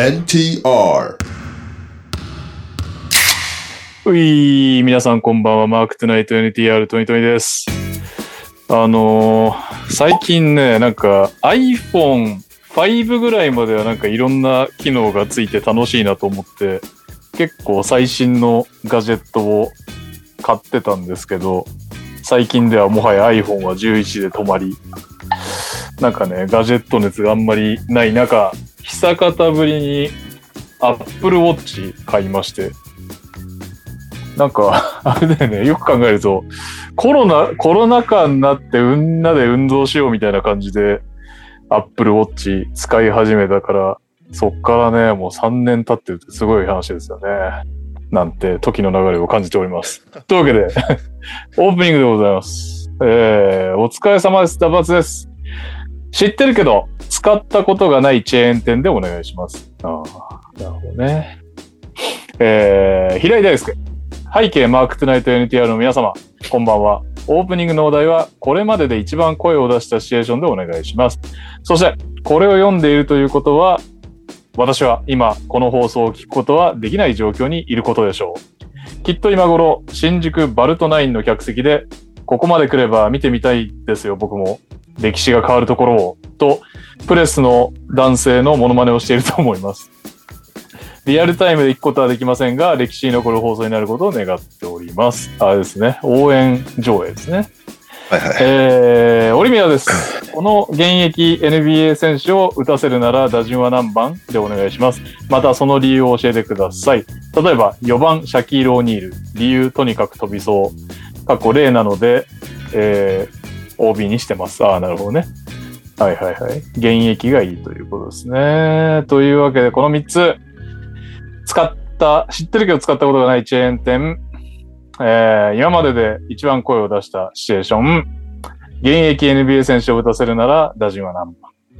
NTR。 皆さんこんばんは。マークトゥナイト NTR トニトニです。最近ね、なんか iPhone5 ぐらいまではなんかいろんな機能がついて楽しいなと思って結構最新のガジェットを買ってたんですけど、最近ではもはや iPhone は11で止まり、なんかね、ガジェット熱があんまりない中、久方ぶりに Apple Watch 買いまして、なんかあれだよね、よく考えるとコロナ禍になってみんなで運動しようみたいな感じで Apple Watch 使い始めたから、そっからねもう3年経ってるってすごい話ですよね。なんて時の流れを感じております。というわけでオープニングでございます。お疲れ様です。ダバツです。知ってるけど使ったことがないチェーン店でお願いします。なるほどね。平井大輔、背景マークトゥナイト NTR の皆様、こんばんは。オープニングのお題はこれまでで一番声を出したシチュエーションでお願いします。そしてこれを読んでいるということは、私は今この放送を聞くことはできない状況にいることでしょう。きっと今頃新宿バルトナインの客席で、ここまで来れば見てみたいですよ僕も、歴史が変わるところをとプレスの男性のモノマネをしていると思います。リアルタイムで行くことはできませんが、歴史に残る放送になることを願っております。あれですね、応援上映ですね。 はいはい。 オリミアです。この現役 NBA 選手を打たせるなら打順は何番でお願いします。またその理由を教えてください。例えば4番シャキール・オニール、理由とにかく飛びそう、過去例なので、OB にしてます。なるほどね。はいはいはい。現役がいいということですね。というわけでこの3つ、知ってるけど使ったことがないチェーン店、今までで一番声を出したシチュエーション、現役 NBA 選手を打たせるなら打順は何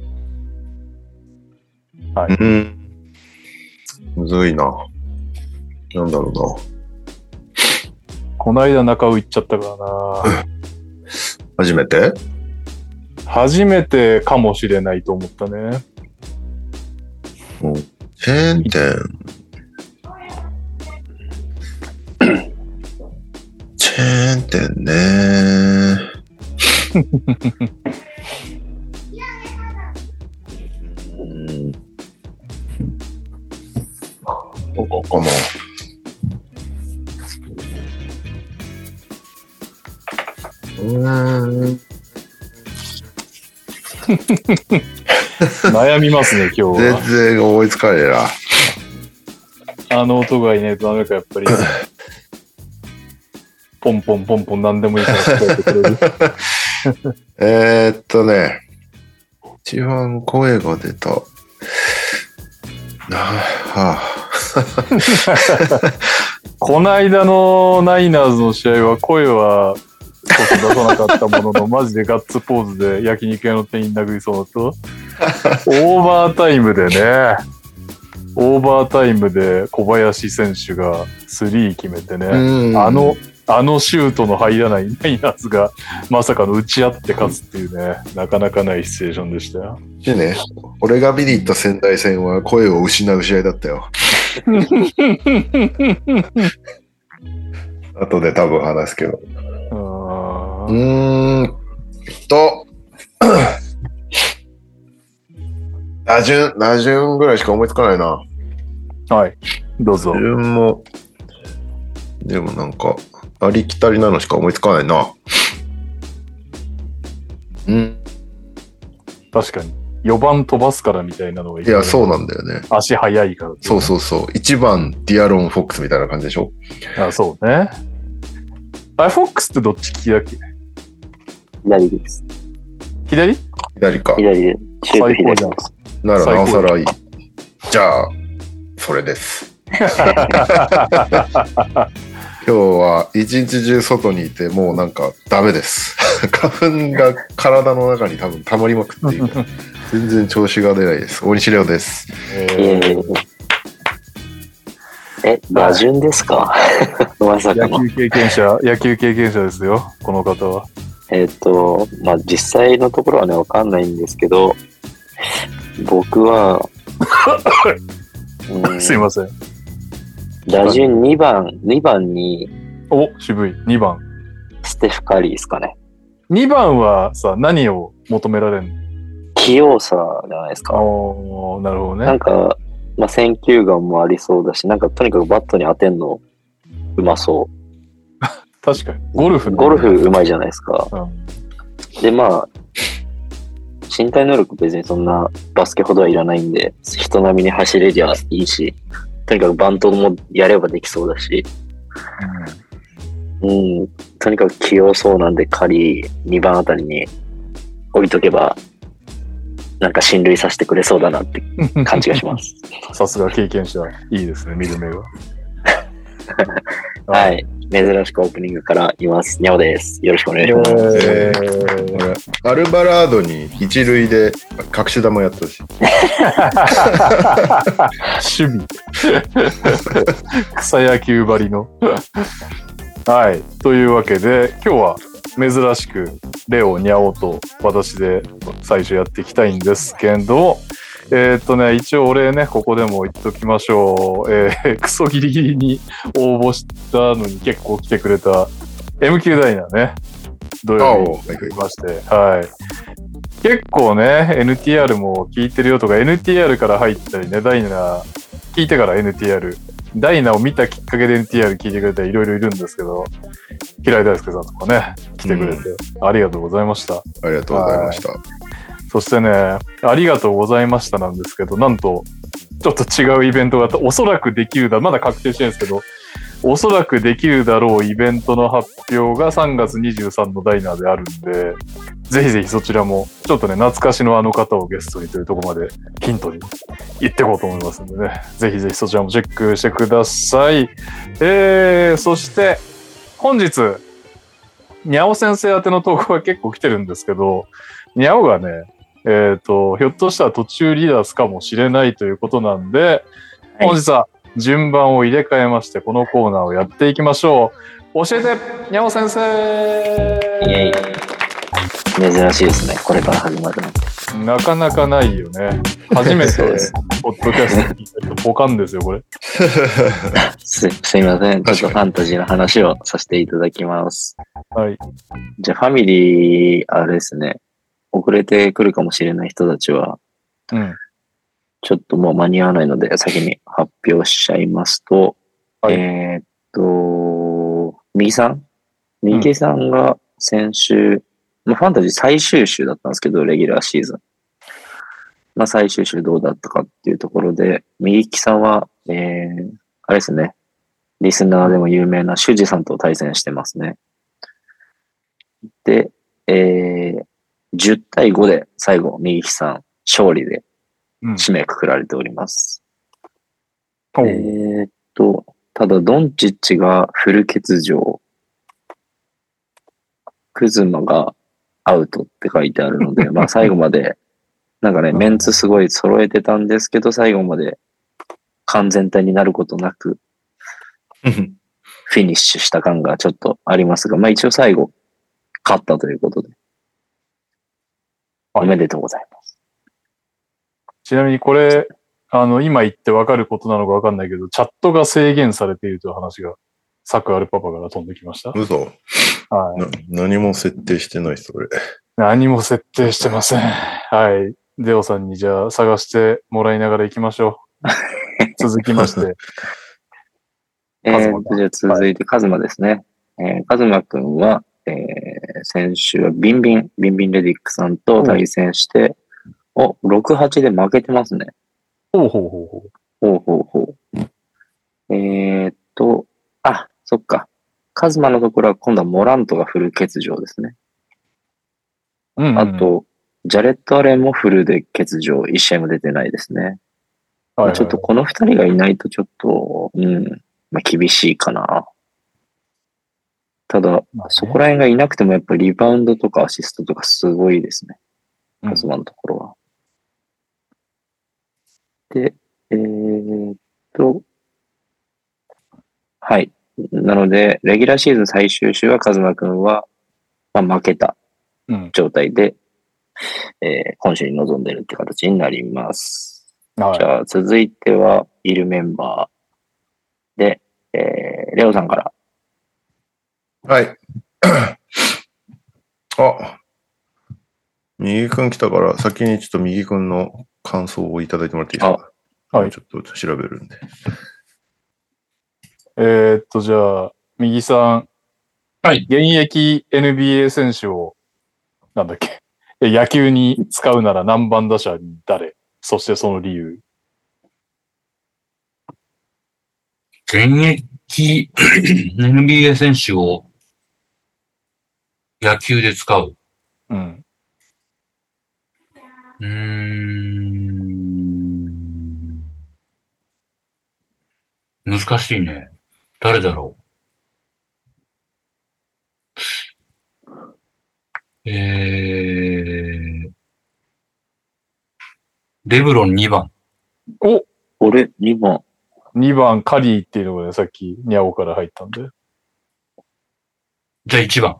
番？はい。 むずいな。なんだろうな。 この間中尾行っちゃったからな。 初めてかもしれないと思ったね。 チェーン店。チェーン店ね。どこかな。 悩みますね今日は。 全然思いつかねえな。 あの音がいないとダメかやっぱり。ポンポンポンポン何でもいいから聞こえてくれる。 一番声が出た。 この間のナイナーズの試合は声はちょっと出さなかったものの、マジでガッツポーズで焼肉屋の店員殴りそうだった。オーバータイムで小林選手がスリー決めてね、あのシュートの入らないナイナーズがまさかの打ち合って勝つっていうね、なかなかないシチュエーションでしたよ。 でね、俺が見に行った仙台戦は声を失う試合だったよ。後で多分話すけど。打順ぐらいしか思いつかないな。 はい、どうぞ。 打順も、でもなんか、ありきたりなのしか思いつかないな。 確かに。4番飛ばすからみたいなのがいい。 いや、そうなんだよね。 足速いから、ね。 そう。1番、ディアロン・フォックスみたいな感じでしょ？ そうね。フォックスってどっち利きだっけ？ 左です。 左か。 左で。 最高じゃん。 ならなおさらいい。じゃあ、それです。今日は一日中外にいて、もうなんかダメです。花粉が体の中に多分溜まりまくっている。全然調子が出ないです。大西レオです。 打順ですか？まさかの。 野球経験者ですよ、この方は。 実際のところはね、わかんないんですけど、僕は、 すいません。 打順2番にお、渋い。2番。 ステフ・カリーですかね。 2番はさ、何を求められるの？ 器用さじゃないですか。 なるほどね。 なんか、まあ、選球眼もありそうだし、なんかとにかくバットに当てんのうまそう。 確かに。ゴルフうまいじゃないですか。 うん、 で、まあ、身体能力別にそんなバスケほどはいらないんで、人並みに走れりゃいいし、とにかくバントもやればできそうだし、とにかく器用そうなんで、仮2番あたりに置いとけば、なんか進塁させてくれそうだなって感じがします。 さすが経験者、いいですね、見る目が。 はい。珍しくオープニングからいます。にゃおです。よろしくお願いします。 アルバラードに一塁で隠し球やってほしい。 守備。草野球張りの。はい。というわけで、今日は珍しくレオ、ニャオと私で最初やっていきたいんですけど、一応俺ね、ここでも言っときましょう。クソギリギリに応募したのに結構来てくれた MQ ダイナーね。土曜日にいまして。はい。結構ね、NTR も聞いてるよとか、NTR から入ったりね、ダイナー聞いてから NTR。ダイナを見たきっかけで NTR 聞いてくれていろいろいるんですけど、平井大輔さんとかね、来てくれて、ありがとうございました。 ありがとうございました。 そしてね、ありがとうございましたなんですけど、なんと、ちょっと違うイベントがおそらくできるまだ確定してないんですけど、おそらくできるだろうイベントの発表が3月23のダイナーであるんで、ぜひぜひそちらも、ちょっとね、懐かしのあの方をゲストにというところまでヒントに行っていこうと思いますんでね、ぜひぜひそちらもチェックしてください。そして、本日、にゃお先生宛ての投稿が結構来てるんですけど、にゃおがね、ひょっとしたら途中離脱かもしれないということなんで、本日は順番を入れ替えまして、このコーナーをやっていきましょう。教えて、にゃお先生。 イエイ。珍しいですね。これから始まるの。なかなかないよね。初めて、ポッドキャスト聞いた人、ポカンですよ、これ。 すいません。ちょっとファンタジーの話をさせていただきます。 はい。 じゃあ、ファミリー、あれですね。遅れてくるかもしれない人たちは、ちょっともう間に合わないので、先に発表しちゃいますと、はい、右さんが先週、ファンタジー最終週だったんですけど、レギュラーシーズン。最終週どうだったかっていうところで、右木さんは、あれですね、リスナーでも有名な修二さんと対戦してますね。で、10対5で最後、右木さん勝利で締めくくられております。ただ、ドンチッチがフル欠場、クズマがアウトって書いてあるので、最後まで、なんかね、メンツすごい揃えてたんですけど、最後まで完全体になることなく、フィニッシュした感がちょっとありますが、一応最後、勝ったということで。おめでとうございます。 ちなみにこれ、今言ってわかることなのかわかんないけど、チャットが制限されているという話が、サクアルパパから飛んできました。 嘘。はい。何も設定してないそれ。 何も設定してません。はい。デオさんにじゃあ探してもらいながら行きましょう。続きまして。 じゃあ続いてカズマですね。カズマくんは、先週はビンビンレディックさんと対戦して、6-8で負けてますね。 ほう。 そっか。カズマのところは今度はモラントがフル欠場ですね。あと、ジャレット・アレンもフルで欠場、1試合も出てないですね。ちょっとこの2人がいないとちょっと、厳しいかな。ただ、そこら辺がいなくてもやっぱりリバウンドとかアシストとかすごいですね。カズマのところは。で、はい。なので、レギュラーシーズン最終週はカズマくんは、負けた状態で、今週に臨んでいるって形になります。じゃあ、続いては、 いるメンバーで、レオさんから。 はい。あ、右くん来たから、先にちょっと右くんの感想をいただいてもらっていいですか？はい。ちょっと調べるんで。 じゃあ、右さん。はい。現役 NBA 選手を、なんだっけ。野球に使うなら何番打者に誰？そしてその理由。 現役 NBA 選手を野球で使う。うん。難しいね。誰だろう。レブロン2番。 俺2番。 2番カリーっていうのがね、さっきニャオから入ったんで。 じゃあ1番。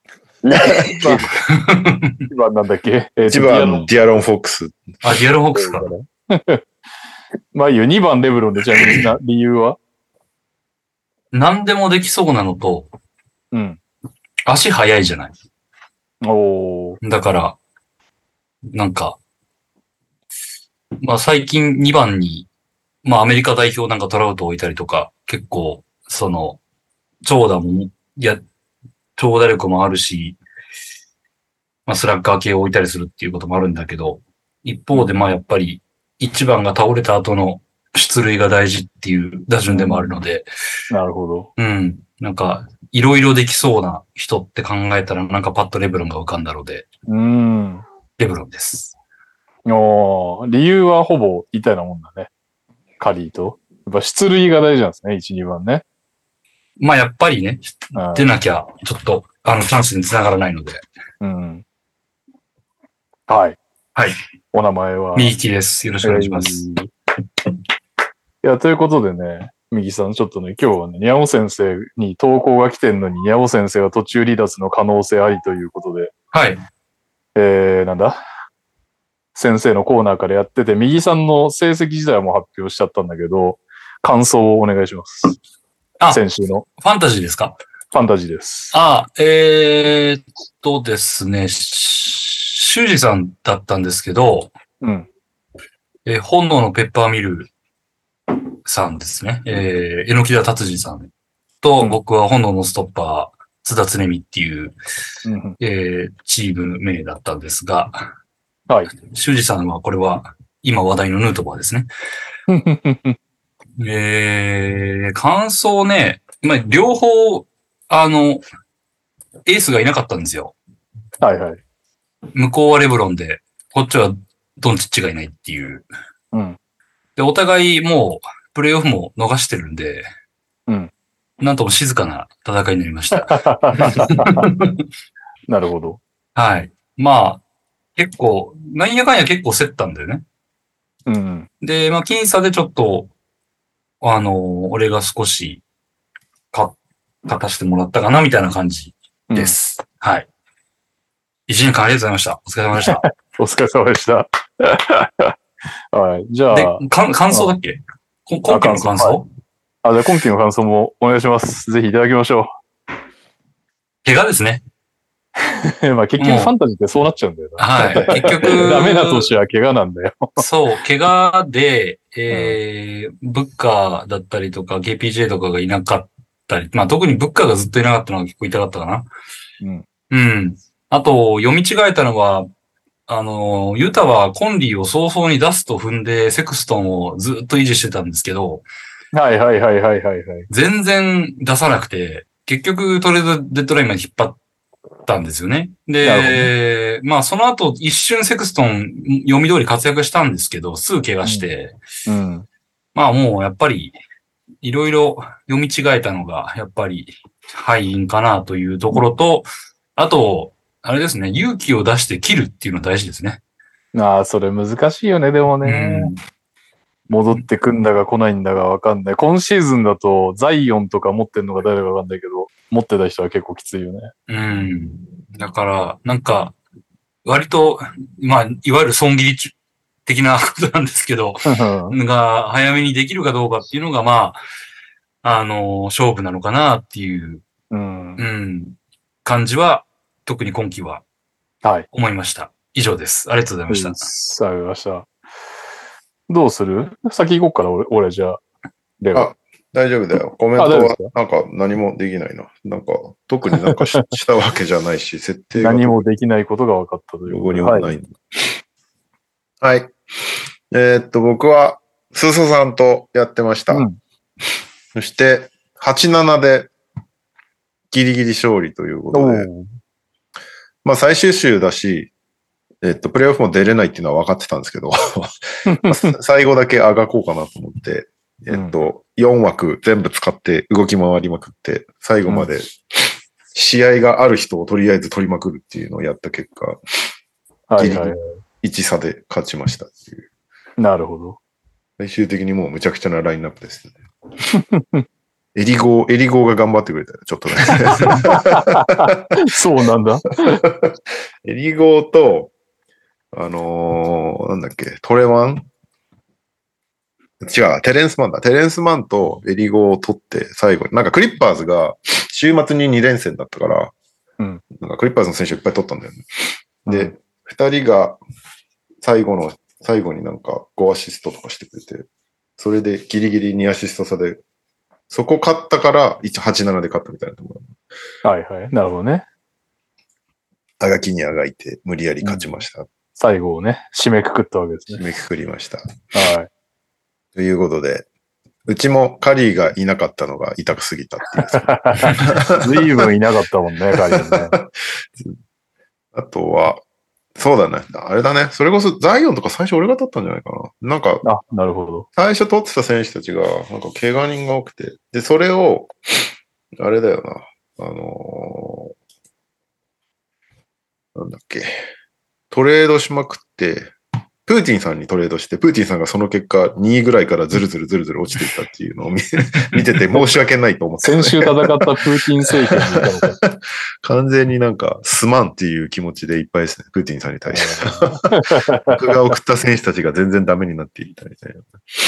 1番なんだっけ ？1番ディアロン・フォックス。 あ、ディアロン・フォックスか。 まあいいよ、2番レブロンで、ちなみに理由は？ 何でもできそうなのと、 うん。 足速いじゃない。 おー。 だから、なんか、まあ最近2番に、まあアメリカ代表なんかトラウトを置いたりとか、結構、長打も、長打力もあるし、まあスラッガー系を置いたりするっていうこともあるんだけど、一方でまあやっぱり、1番が倒れた後の出塁が大事っていう打順でもあるので、 なるほど。 うん。なんか、いろいろできそうな人って考えたら、なんかパッとレブロンが浮かんだので、レブロンです。 理由はほぼ似たようなもんだね。カリーと。やっぱ出塁が大事なんですね、1、2番ね。 まあやっぱりね、出なきゃ、ちょっと、チャンスにつながらないので。 うん。はい。 はい。 お名前は？ 右利きです。よろしくお願いします。 いや、ということでね、右さん、ちょっとね、今日はね、ニャオ先生に投稿が来てんのに、ニャオ先生は途中離脱の可能性ありということで。 はい。 なんだ先生のコーナーからやってて、右さんの成績自体はもう発表しちゃったんだけど、感想をお願いします。先週の。 ファンタジーですか？ ファンタジーです。 ですね、修二さんだったんですけど、 うん。 炎のペッパーミルさんですね。榎田達治さんと、僕は炎のストッパー、津田常美っていう、チーム名だったんですが、 はい。 修二さんはこれは今話題のヌートバーですね。感想ね、まあ、両方、エースがいなかったんですよ。 はいはい。 向こうはレブロンで、こっちはドンチッチがいないっていう。 うん。 で、お互いもう、プレイオフも逃してるんで、 うん。 なんとも静かな戦いになりました。 なるほど。 はい。まあ、結構、なんやかんや結構競ったんだよね。 うん。 で、まあ、僅差でちょっと、俺が少し、勝たせてもらったかな、みたいな感じです。はい。一年間ありがとうございました。お疲れ様でした。 お疲れ様でした。はい。じゃあ。 で、感想だっけ？今期の感想？ じゃあ今期の感想もお願いします。ぜひいただきましょう。 怪我ですね。 まあ結局ファンタジーってそうなっちゃうんだよな。 はい。結局。 ダメな年は怪我なんだよ。 そう、怪我で、ブッカーだったりとか、KPJ とかがいなかったり、まあ特にブッカーがずっといなかったのが結構痛かったかな。 うん。 うん。あと、読み違えたのは、ユタはコンリーを早々に出すと踏んで、セクストンをずっと維持してたんですけど、 はいはいはいはいはい。 全然出さなくて、結局トレードデッドラインまで引っ張ったんですよね。で、まあその後一瞬セクストン読み通り活躍したんですけど、すぐ怪我して、まあもうやっぱりいろいろ読み違えたのがやっぱり敗因かなというところと、あと、あれですね、勇気を出して切るっていうのは大事ですね。 それ難しいよね、でもね。戻ってくんだか来ないんだかわかんない。今シーズンだとザイオンとか持ってんのか誰かわかんないけど、持ってた人は結構きついよね。 だから、なんか、割と、まあ、いわゆる損切り的なことなんですけど、が早めにできるかどうかっていうのが、まあ、勝負なのかなっていう、感じは、特に今期は、思いました。以上です。ありがとうございました。 ありがとうございました。どうする？先行こうかな、俺じゃあ。 大丈夫だよ。コメントはなんか何もできないな。なんか特になんかしたわけじゃないし、設定が何もできないことが分かったという。 どこにもない。はい。僕はスーソさんとやってました。そして8-7でギリギリ勝利ということで、まあ最終週だし、プレイオフも出れないっていうのは分かってたんですけど、最後だけあがこうかなと思って。4枠全部使って動き回りまくって、最後まで試合がある人をとりあえず取りまくるっていうのをやった結果、ギリギリ1差で勝ちましたっていう。 なるほど。 最終的にもうむちゃくちゃなラインナップですね。エリゴーが頑張ってくれたよ、ちょっとね。 そうなんだ。 エリゴーと、なんだっけ、トレワン違う、テレンスマンだ。テレンスマンとエリゴを取って最後に、なんかクリッパーズが週末に2連戦だったから、なんかクリッパーズの選手いっぱい取ったんだよね。で、2人が最後になんか5アシストとかしてくれて、それでギリギリ2アシスト差で、そこ勝ったから1-8-7で勝ったみたいなところ。 はいはい。なるほどね。 あがきにあがいて無理やり勝ちました。 最後をね、締めくくったわけですね。 締めくくりました。 はい。 ということで、うちもカリーがいなかったのが痛くすぎたっていう。 随分いなかったもんね、カリーね。 あとは、そうだね。あれだね。それこそザイオンとか最初俺が取ったんじゃないかな。なんか、 なるほど。 最初取ってた選手たちが、なんか怪我人が多くて。で、それを、あれだよな。なんだっけ。トレードしまくって、プーティンさんにトレードして、プーティンさんがその結果2位ぐらいからずるずる落ちていったっていうのを見てて申し訳ないと思って、 先週戦ったプーティン政権にいたのか。 完全になんかすまんっていう気持ちでいっぱいですね、プーティンさんに対して。僕が送った選手たちが全然ダメになっていったみたい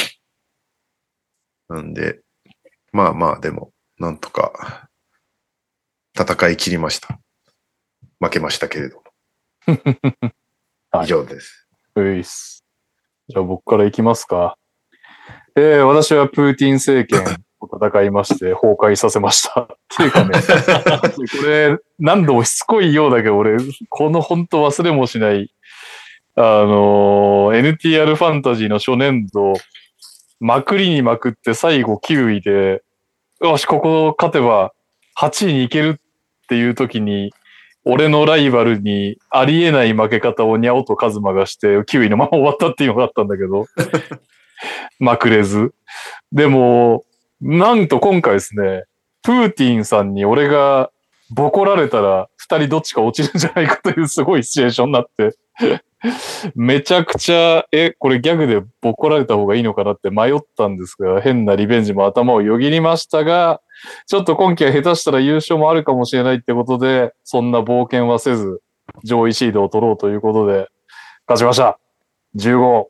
な。なんで、まあまあでも、なんとか戦い切りました。負けましたけれども。以上です。 じゃあ僕からいきますか。私はプーティン政権を戦いまして崩壊させました。っていうかね、これ何度もしつこいようだけど俺、この本当忘れもしない、NTR ファンタジーの初年度、まくりにまくって最後9位で、よし、ここ勝てば8位に行けるっていう時に、俺のライバルにありえない負け方をニャオとカズマがして9位のまま終わったっていうのがあったんだけど、まくれず。でも、なんと今回ですね、プーティンさんに俺がボコられたら2人どっちか落ちるんじゃないかというすごいシチュエーションになって、めちゃくちゃ、これギャグでボコられた方がいいのかなって迷ったんですが、変なリベンジも頭をよぎりましたが、ちょっと今季は下手したら優勝もあるかもしれないってことで、そんな冒険はせず、上位シードを取ろうということで、勝ちました。15。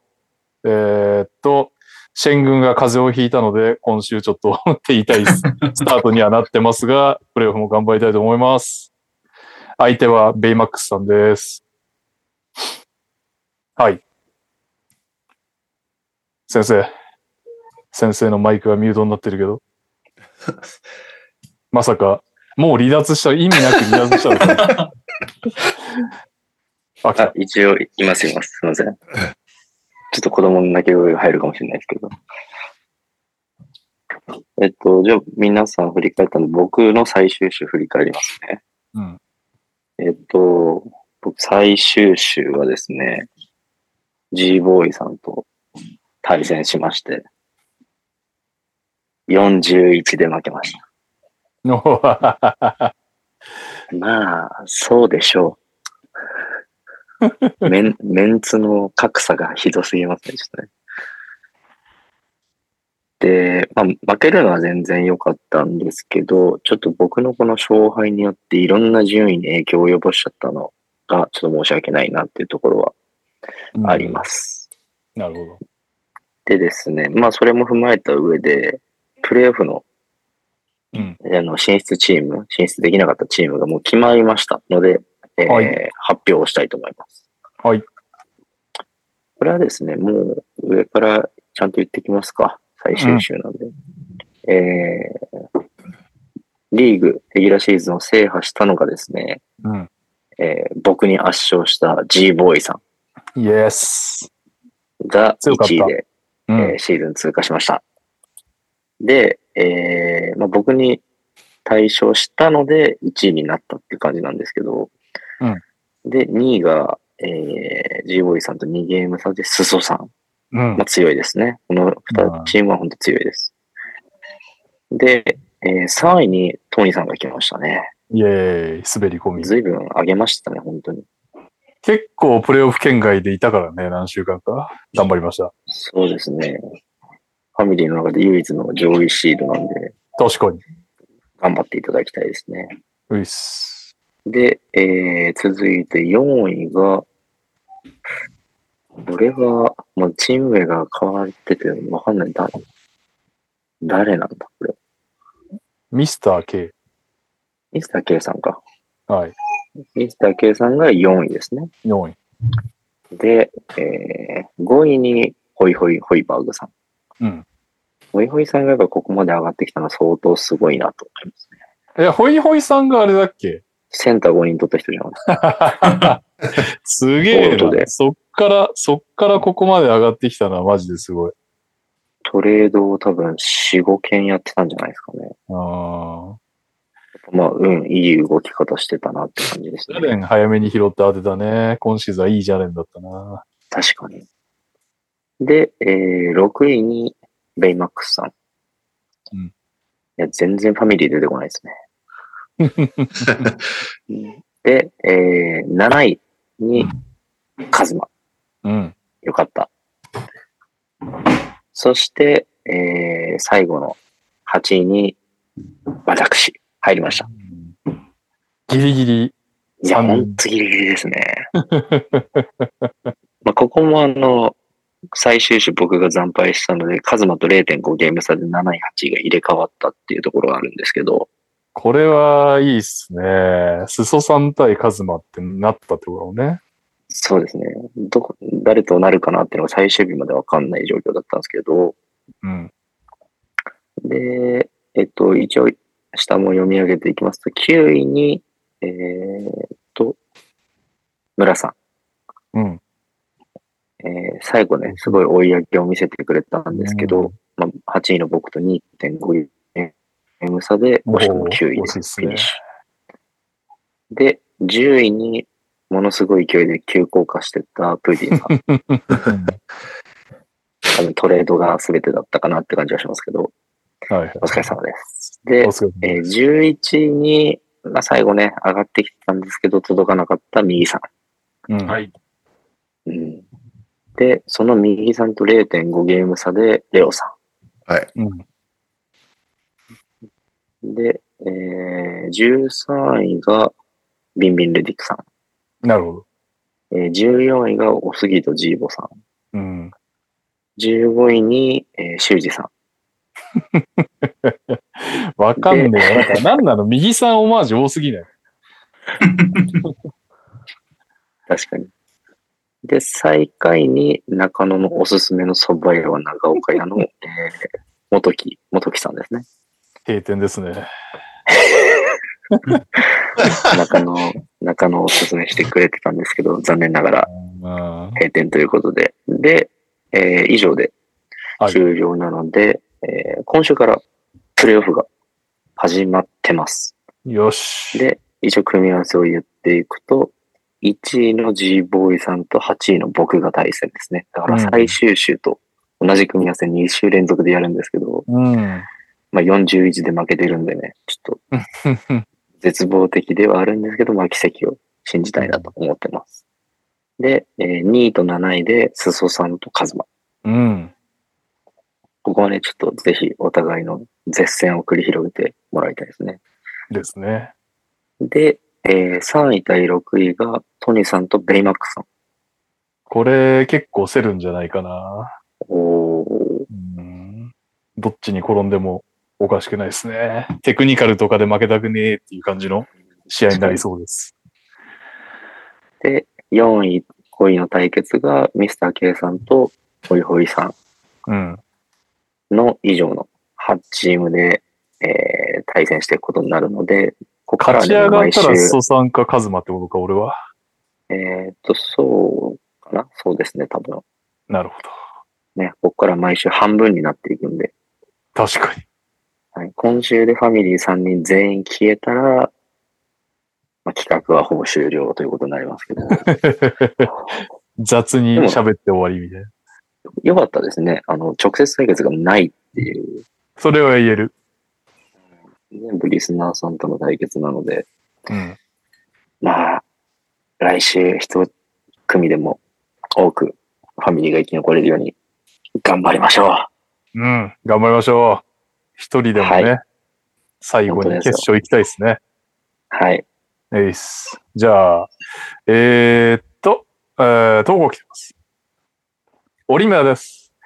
シェン軍が風邪をひいたので、今週ちょっと手痛いスタートにはなってますが、プレイオフも頑張りたいと思います。相手はベイマックスさんです。はい。先生のマイクがミュートになってるけど。まさか、もう離脱した、意味なく離脱したのか。 一応、います。すいません。ちょっと子供の泣き声が入るかもしれないですけど。じゃあ皆さん振り返ったので、僕の最終週振り返りますね。 うん。 僕最終週はですね、G ボーイさんと対戦しまして、41で負けました。まあ、そうでしょう。メンツの格差がひどすぎますね、ちょっとね。で、まあ、負けるのは全然良かったんですけど、ちょっと僕のこの勝敗によっていろんな順位に影響を及ぼしちゃったのが、ちょっと申し訳ないなっていうところはあります。 なるほど。 でですね、まあそれも踏まえた上で、プレイオフの、進出できなかったチームがもう決まりましたので、発表をしたいと思います。 はい。 これはですね、もう上からちゃんと言ってきますか。最終週なんで。リーグ、レギュラーシーズンを制覇したのがですね、僕に圧勝した G ボーイさん。 イエス。 が1位で、シーズン通過しました。で、まあ、僕に対勝したので1位になったっていう感じなんですけど、で、2位が、G ボーイさんと2ゲーム差でスソさん。まあ、強いですね。この2チームは本当強いです。で、3位にトニーさんが来ましたね。 イエーイ、滑り込み。 随分上げましたね、本当に。 結構プレイオフ圏外でいたからね、何週間か。頑張りました。 そうですね。ファミリーの中で唯一の上位シードなんで。 確かに。 頑張っていただきたいですね。 ういっす。 で、続いて4位が、これは、もうチーム名が変わっててわかんない。誰なんだ、これ。 ミスター K。 ミスター K さんか。 はい。 ミスター K さんが4位ですね。 4位。 で、5位にホイバーグさん。ホイホイさんがやっぱここまで上がってきたのは相当すごいなと思いますね。ホイホイさんがあれだっけ？ センター5人取った人じゃん。 すげえな。そっからここまで上がってきたのはマジですごい。 トレードを多分4、5件やってたんじゃないですかね。まあ、いい動き方してたなって感じですね。 ジャレン早めに拾って当てたね。今シーズンはいいジャレンだったな。 確かに。で、6位にベイマックスさん。いや、全然ファミリー出てこないですね。で、7位にカズマ。よかった。そして、最後の8位に私入りました。 ギリギリ。 いや、ほんとギリギリですね。まあ、ここも最終週僕が惨敗したので、カズマと 0.5 ゲーム差で7位、8位が入れ替わったっていうところがあるんですけど。 これはいいっすね。スソさん対カズマってなったってことね。 そうですね。誰となるかなっていうのが最終日までわかんない状況だったんですけど。で、一応、下も読み上げていきますと、9位に、村さん。最後ね、すごい追い上げを見せてくれたんですけど、まあ、8位の僕と 2.5 ゲーム差で、惜しくも9位でフィニッシュ。で、10位にものすごい勢いで急降下してたプーディンさん。多分トレードが全てだったかなって感じはしますけど、お疲れ様です。で、11位に、まあ、最後ね、上がってきたんですけど、届かなかった右さん。 はい。 で、その右さんと 0.5 ゲーム差で、レオさん。はい。 で、13位が、ビンビンレディックさん。なるほど。14位が、おすぎとジーボさん。15位に、修二さん。 わかんねえ。なんか何なの右さんオマージュ多すぎない？ 確かに。で、最下位に中野のおすすめの蕎麦屋は長岡屋の、元木さんですね。 閉店ですね。 中野をおすすめしてくれてたんですけど、残念ながら閉店ということで。で、以上で終了なので、今週からプレイオフが始まってます。 よし。 で、一応組み合わせを言っていくと、1位の G ボーイさんと8位の僕が対戦ですね。だから最終週と同じ組み合わせ2週連続でやるんですけど、まあ41で負けてるんでね、ちょっと絶望的ではあるんですけど、まあ奇跡を信じたいなと思ってます。で、2位と7位でスソさんとカズマ。ここはね、ちょっとぜひお互いの絶戦を繰り広げてもらいたいですね。 ですね。 で、3位対6位がトニーさんとベイマックスさん。 これ結構競るんじゃないかな。 おー。 どっちに転んでもおかしくないですね。テクニカルとかで負けたくねえっていう感じの試合になりそうです。 で、4位、5位の対決がミスター K さんとホイホイさんの以上の8チームで、対戦していくことになるので、 ここから勝ち上がったらストさんかカズマってことか、俺は。 そうかな。そうですね、多分。 なるほど。ね、ここから毎週半分になっていくんで。 確かに。 はい、今週でファミリー3人全員消えたら、まあ、企画はほぼ終了ということになりますけど。 雑に喋って終わりみたいな。 よかったですね。直接対決がないっていう。 それは言える。 全部リスナーさんとの対決なので。 うん。 まあ、来週一組でも多くファミリーが生き残れるように頑張りましょう。うん、頑張りましょう。一人でもね、はい、最後に決勝行きたいですね。 はい。 じゃあ、投稿来てます。オリミラです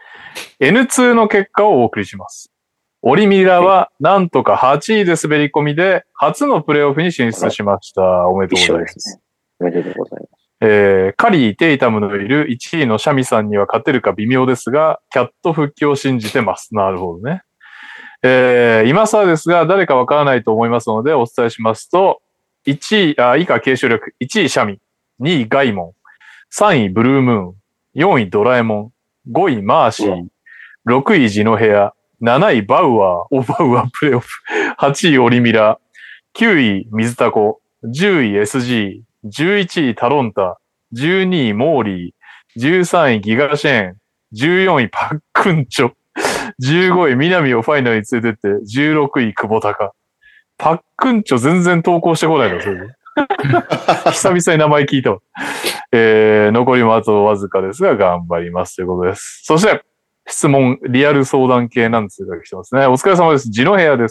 。N2 の結果をお送りします。オリミラはなんとか8位で滑り込みで初のプレイオフに進出しました。おめでとうございます。 ね、おめでとうございます。 カリー・テイタムのいる1位のシャミさんには勝てるか微妙ですが、キャット復帰を信じてます。なるほどね。今更ですが、誰かわからないと思いますので、お伝えしますと、以下継承力、1位シャミ、2位ガイモン、3位ブルームーン、4位ドラえもん、5位マーシー、6位ジノヘア、7位バウアープレイオフ、8位オリミラ、9位水タコ、10位 SG、11位タロンタ、12位モーリー、13位ギガシェーン、14位パックンチョ、15位南をファイナルに連れてって、16位久保高。パックンチョ全然投稿してこないの、それで。久々に名前聞いたわ。残りもあとわずかですが頑張りますということです。そして、質問、リアル相談系なんですが来てますね。お疲れ様です。ジノヘアです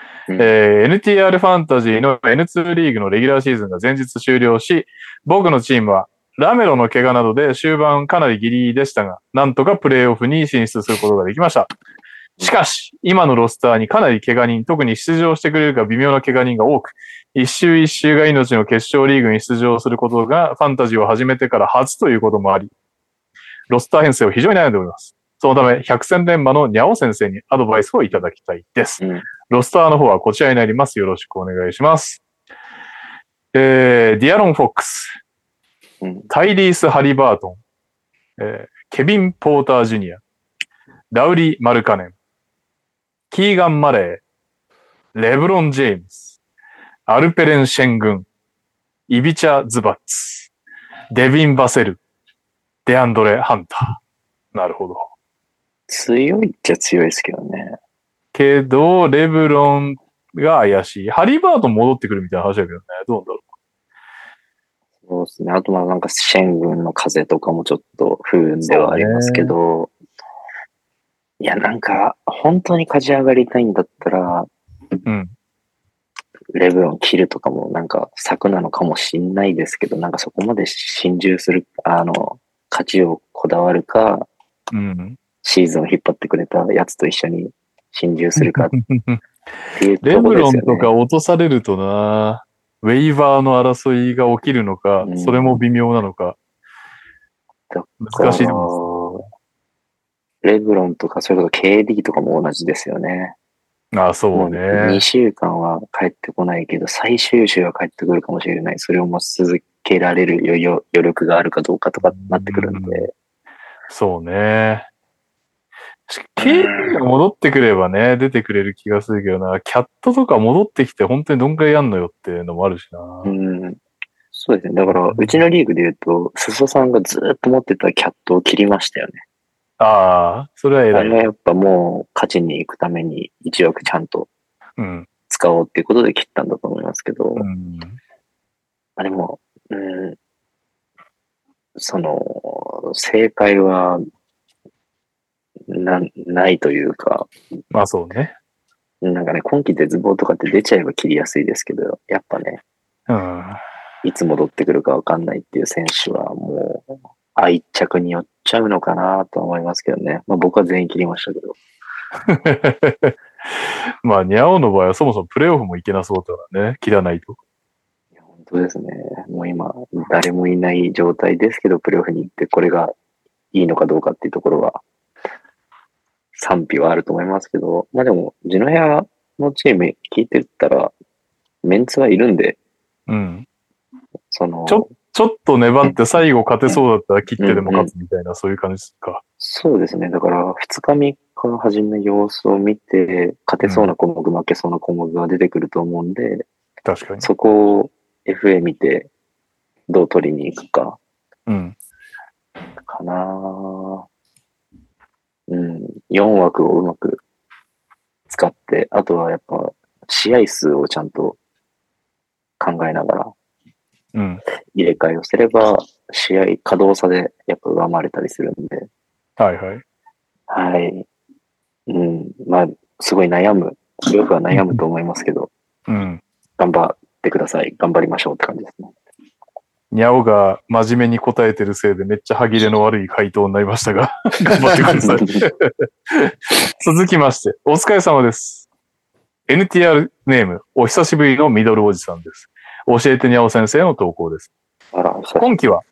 。NTR ファンタジーの N2 リーグのレギュラーシーズンが前日終了し、僕のチームはラメロの怪我などで終盤かなりギリギリでしたが、なんとかプレイオフに進出することができました。しかし、今のロスターにかなり怪我人、特に出場してくれるか微妙な怪我人が多く、一周一周が命の決勝リーグに出場することがファンタジーを始めてから初ということもあり、ロスター編成を非常に悩んでおります。そのため、百戦錬磨のニャオ先生にアドバイスをいただきたいです。ロスターの方はこちらになります。よろしくお願いします。ディアロン・フォックス、タイリース・ハリバートン、ケビン・ポーター・ジュニア、ラウリ・マルカネン、キーガン・マレー、レブロン・ジェームス、アルペレン・シェングン、イビチャ・ズバッツ、デビン・バセル、デアンドレ・ハンター。なるほど。 強いっちゃ強いですけどね。 けど、レブロンが怪しい。ハリバートン戻ってくるみたいな話だけどね。どうなんだろう。そうですね。あとなんかシェン軍の風とかもちょっと不運ではありますけど、いやなんか本当に勝ち上がりたいんだったら、レブロン切るとかもなんか策なのかもしんないですけど、なんかそこまで心中する、勝ちをこだわるか、シーズンを引っ張ってくれたやつと一緒に心中するかっていうとこですよね。 レブロンとか落とされるとな、ウェイバーの争いが起きるのか、それも微妙なのか。難しいと思います。 レブロンとか、それこそ KD とかも同じですよね。 ああ、そうね。 2週間は帰ってこないけど、最終週は帰ってくるかもしれない。それをもう続けられる余力があるかどうかとかなってくるんで。 そうね。KD が戻ってくればね、出てくれる気がするけどな、キャットとか戻ってきて本当にどんくらいやんのよっていうのもあるしな。 そうですね。だから、うちのリーグで言うと、スソさんがずっと持ってたキャットを切りましたよね。 ああ、それは偉い。 あれはやっぱもう勝ちに行くために1億ちゃんと使おうっていうことで切ったんだと思いますけど、でも、正解はないというか、 まあそうね。 なんかね、今季絶望とかって出ちゃえば切りやすいですけど、やっぱね、いつ戻ってくるかわかんないっていう選手はもう愛着によっちゃうのかなと思いますけどね。まあ僕は全員切りましたけど。 まあ、ニャオの場合はそもそもプレイオフもいけなそうだからね。切らないと。 いや本当ですね。もう今、誰もいない状態ですけど、プレイオフに行ってこれがいいのかどうかっていうところは、賛否はあると思いますけど、まあでも、地の部屋のチーム聞いてたら、メンツはいるんで、 うん。 その、 ちょっと粘って最後勝てそうだったら切ってでも勝つみたいな、そういう感じですか。 そうですね。だから、2日3日はじめ様子を見て、勝てそうな項目、負けそうな項目が出てくると思うんで、 確かに。 そこを FA 見て、どう取りに行くか。 うん。 かなぁ。うん。4枠をうまく使って、あとはやっぱ、試合数をちゃんと考えながら、入れ替えをすれば、試合、稼働差でやっぱ上回れたりするんで。 はいはい。 はい。うん。まあ、すごい悩む。よくは悩むと思いますけど、 うん。 頑張ってください。頑張りましょうって感じですね。 ニャオが真面目に答えてるせいでめっちゃ歯切れの悪い回答になりましたが、頑張ってください。続きまして、お疲れ様です。NTR ネーム、お久しぶりのミドルおじさんです。教えてニャオ先生の投稿です。今期は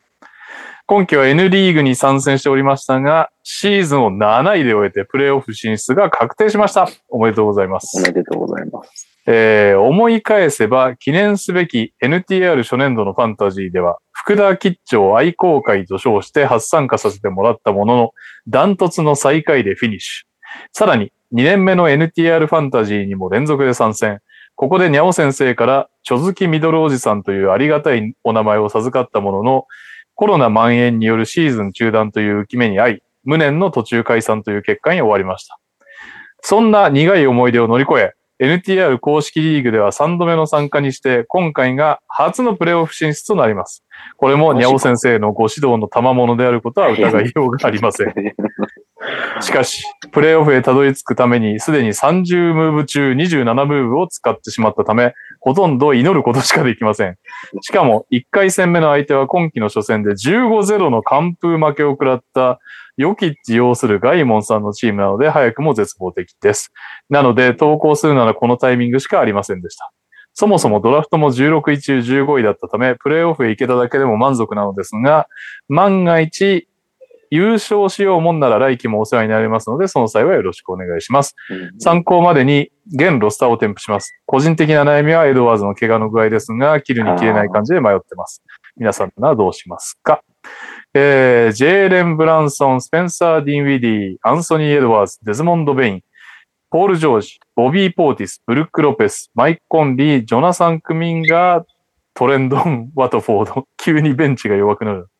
N リーグに参戦しておりましたが、シーズンを7位で終えてプレイオフ進出が確定しました。おめでとうございます。 おめでとうございます。 思い返せば記念すべき NTR 初年度のファンタジーでは、福田吉兆愛好会と称して初参加させてもらったものの、ダントツの最下位でフィニッシュ。さらに、2年目の NTR ファンタジーにも連続で参戦。ここでニャオ先生から、ちょづきミドルおじさんというありがたいお名前を授かったものの、コロナ蔓延によるシーズン中断という浮き目に遭い、無念の途中解散という結果に終わりました。そんな苦い思い出を乗り越え、NTR 公式リーグでは3度目の参加にして、今回が初のプレーオフ進出となります。これもニャオ先生のご指導の賜物であることは疑いようがありません。しかし、プレーオフへたどり着くために、すでに30ムーブ中27ムーブを使ってしまったため、ほとんど祈ることしかできません。しかも、1回戦目の相手は今季の初戦で 15-0 の完封負けを食らったヨキッチ擁するガイモンさんのチームなので、早くも絶望的です。なので、投稿するならこのタイミングしかありませんでした。そもそもドラフトも16位中15位だったため、プレーオフへ行けただけでも満足なのですが、万が一、優勝しようもんなら来季もお世話になりますので、その際はよろしくお願いします。参考までに、現ロスターを添付します。個人的な悩みはエドワーズの怪我の具合ですが、切るに切れない感じで迷ってます。皆さんならどうしますか？ジェーレン・ブランソン、スペンサー・ディンウィディ、アンソニー・エドワーズ、デズモンド・ベイン、ポール・ジョージ、ボビー・ポーティス、ブルック・ロペス、マイク・コンリー、ジョナサン・クミンガー、トレンドン・ワトフォード。急にベンチが弱くなる。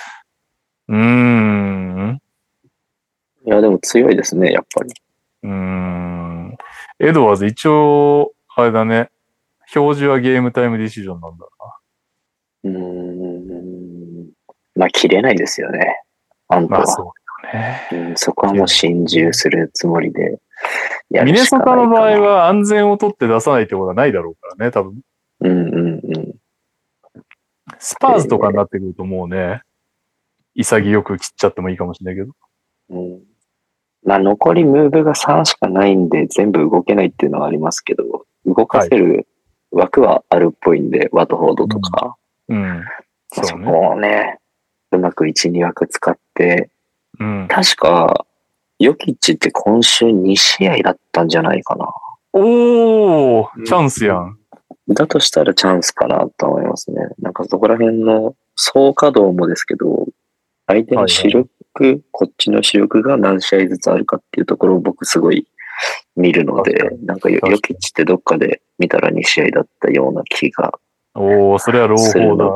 いや、でも強いですね、やっぱり。 エドワーズ一応、あれだね。表示はゲームタイムディシジョンなんだな。 まあ、切れないですよね。あんたは。 まあ、そうよね。 そこはもう心中するつもりでやるミネしかないかな。 ソタの場合は安全を取って出さないってことはないだろうからね、多分。スパーズとかになってくるともうね、潔く切っちゃってもいいかもしれないけど。 まあ、残りムーブが3しかないんで、全部動けないっていうのはありますけど、動かせる枠はあるっぽいんで、ワトフォードとか。そこをね、うまく1、2枠使って、確か、ヨキッチって今週2試合だったんじゃないかな。 おー、チャンスやん。 だとしたらチャンスかなと思いますね。なんかそこら辺の総稼働もですけど、相手の主力、こっちの主力が何試合ずつあるかっていうところを僕すごい見るので、なんかヨキッチってどっかで見たら2試合だったような気がそれは朗報だ。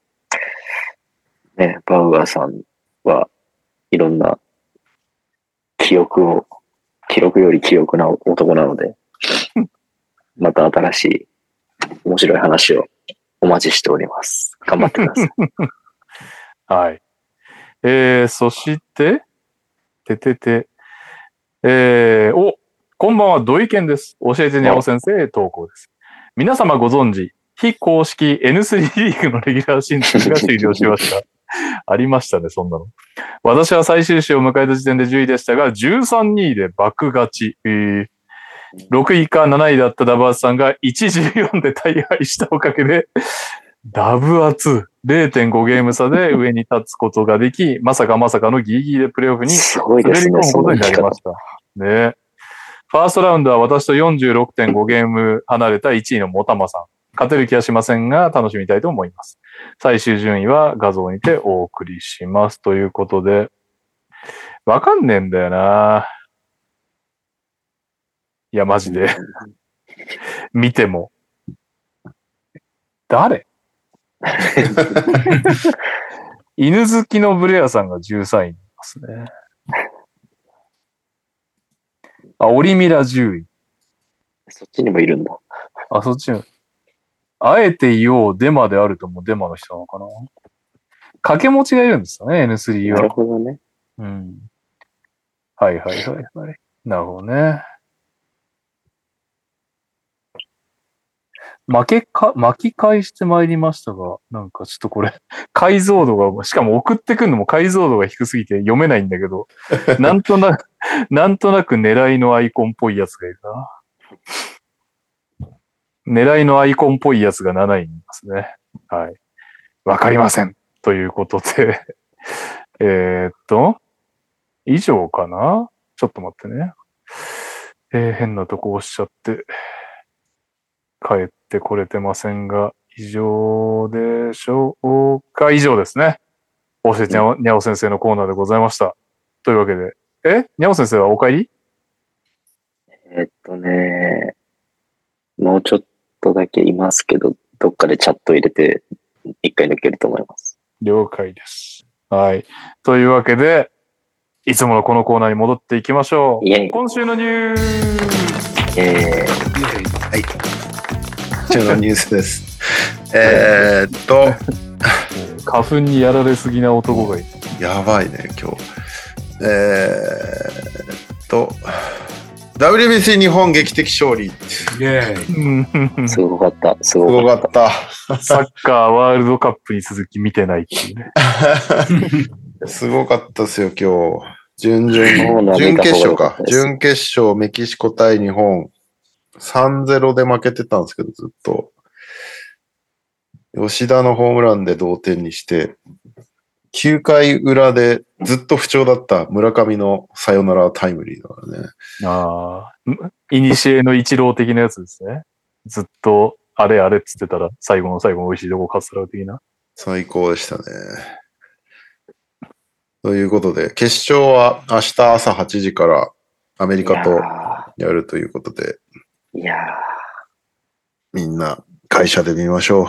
ね、バウアーさんはいろんな記憶より記憶な男なので、また新しい面白い話をお待ちしております。頑張ってください。 はい。そして、こんばんは、土井健です。教えてにゃお先生、投稿です。皆様ご存知、非公式 N3 リーグのレギュラーシーズンが終了しました。 ありましたね、そんなの。私は最終週を迎えた時点で10位でしたが、13、2位で爆勝ち。6位か7位だったダブアツさんが114で大敗したおかげで、ダブアツ 0.5 ゲーム差で上に立つことができ、まさかのギリギリでプレイオフに滑り込むことになりました。ね。ファーストラウンドは私と 46.5 ゲーム離れた1位のモタマさん。勝てる気はしませんが、楽しみたいと思います。最終順位は画像にてお送りします。ということで、わかんねえんだよな。いや、マジで。見ても。誰犬好きのブレアさんが13位にいますね。あ、オリミラ10位。 そっちにもいるんだ。 あ、そっちの。あえて言おう、デマであるともデマの人なのかな。掛け持ちがいるんですよね、N3 は。 なるほどね。 うん。はいはいはいはい。なるほどね。巻き返してまいりましたが、なんかちょっとこれ、解像度が、しかも送ってくるのも解像度が低すぎて読めないんだけど、なんとなく狙いのアイコンっぽいやつがいるな。狙いのアイコンっぽいやつが7位にいますね。はい。わかりません。ということで、以上かな？ちょっと待ってね。変なとこ押しちゃって、帰ってこれてませんが、以上でしょうか？以上ですね。教えてにゃお先生のコーナーでございました。というわけで、にゃお先生はお帰り？ もうちょっとだけいますけど、どっかでチャット入れて、一回抜けると思います。 了解です。はい。というわけで、いつものこのコーナーに戻っていきましょう。今週のニュース。 はい。今週のニュースです。 花粉にやられすぎな男がいる。 やばいね、今日。WBC 日本劇的勝利。イェーイ。すごかった。 すごかった。 サッカーワールドカップに続き見てないっていうね。 すごかったですよ、今日。準決勝か。準決勝、メキシコ対日本。3-0で負けてたんですけど、ずっと。吉田のホームランで同点にして、9回裏でずっと不調だった村上のサヨナラタイムリーだからね。 ああ、イニシエの一郎的なやつですね。ずっとあれあれっつってたら最後の最後美味しいとこかっさらう的な。 最高でしたね。ということで、決勝は明日朝8時からアメリカとやるということで、みんな会社で見ましょう。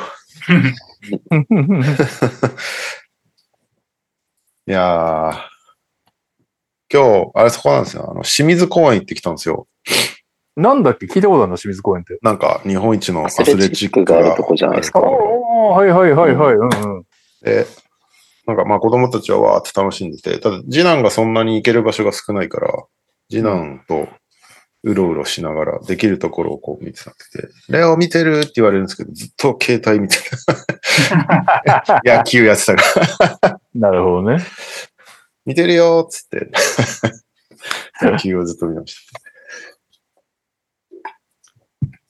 いやー、今日、あれそこなんですよ。清水公園行ってきたんですよ。 なんだっけ聞いたことあるの清水公園って。 なんか、日本一のアスレチックがあるとこじゃないですか。 はいはいはいはい。うんうん。 で、なんかまあ子供たちはわーって楽しんでて、ただ次男がそんなに行ける場所が少ないから、次男とうろうろしながらできるところをこう見てたってて、レオ見てるって言われるんですけど、ずっと携帯見てた。野球やってたから。 なるほどね。 見てるよーっつって。野球をずっと見ました。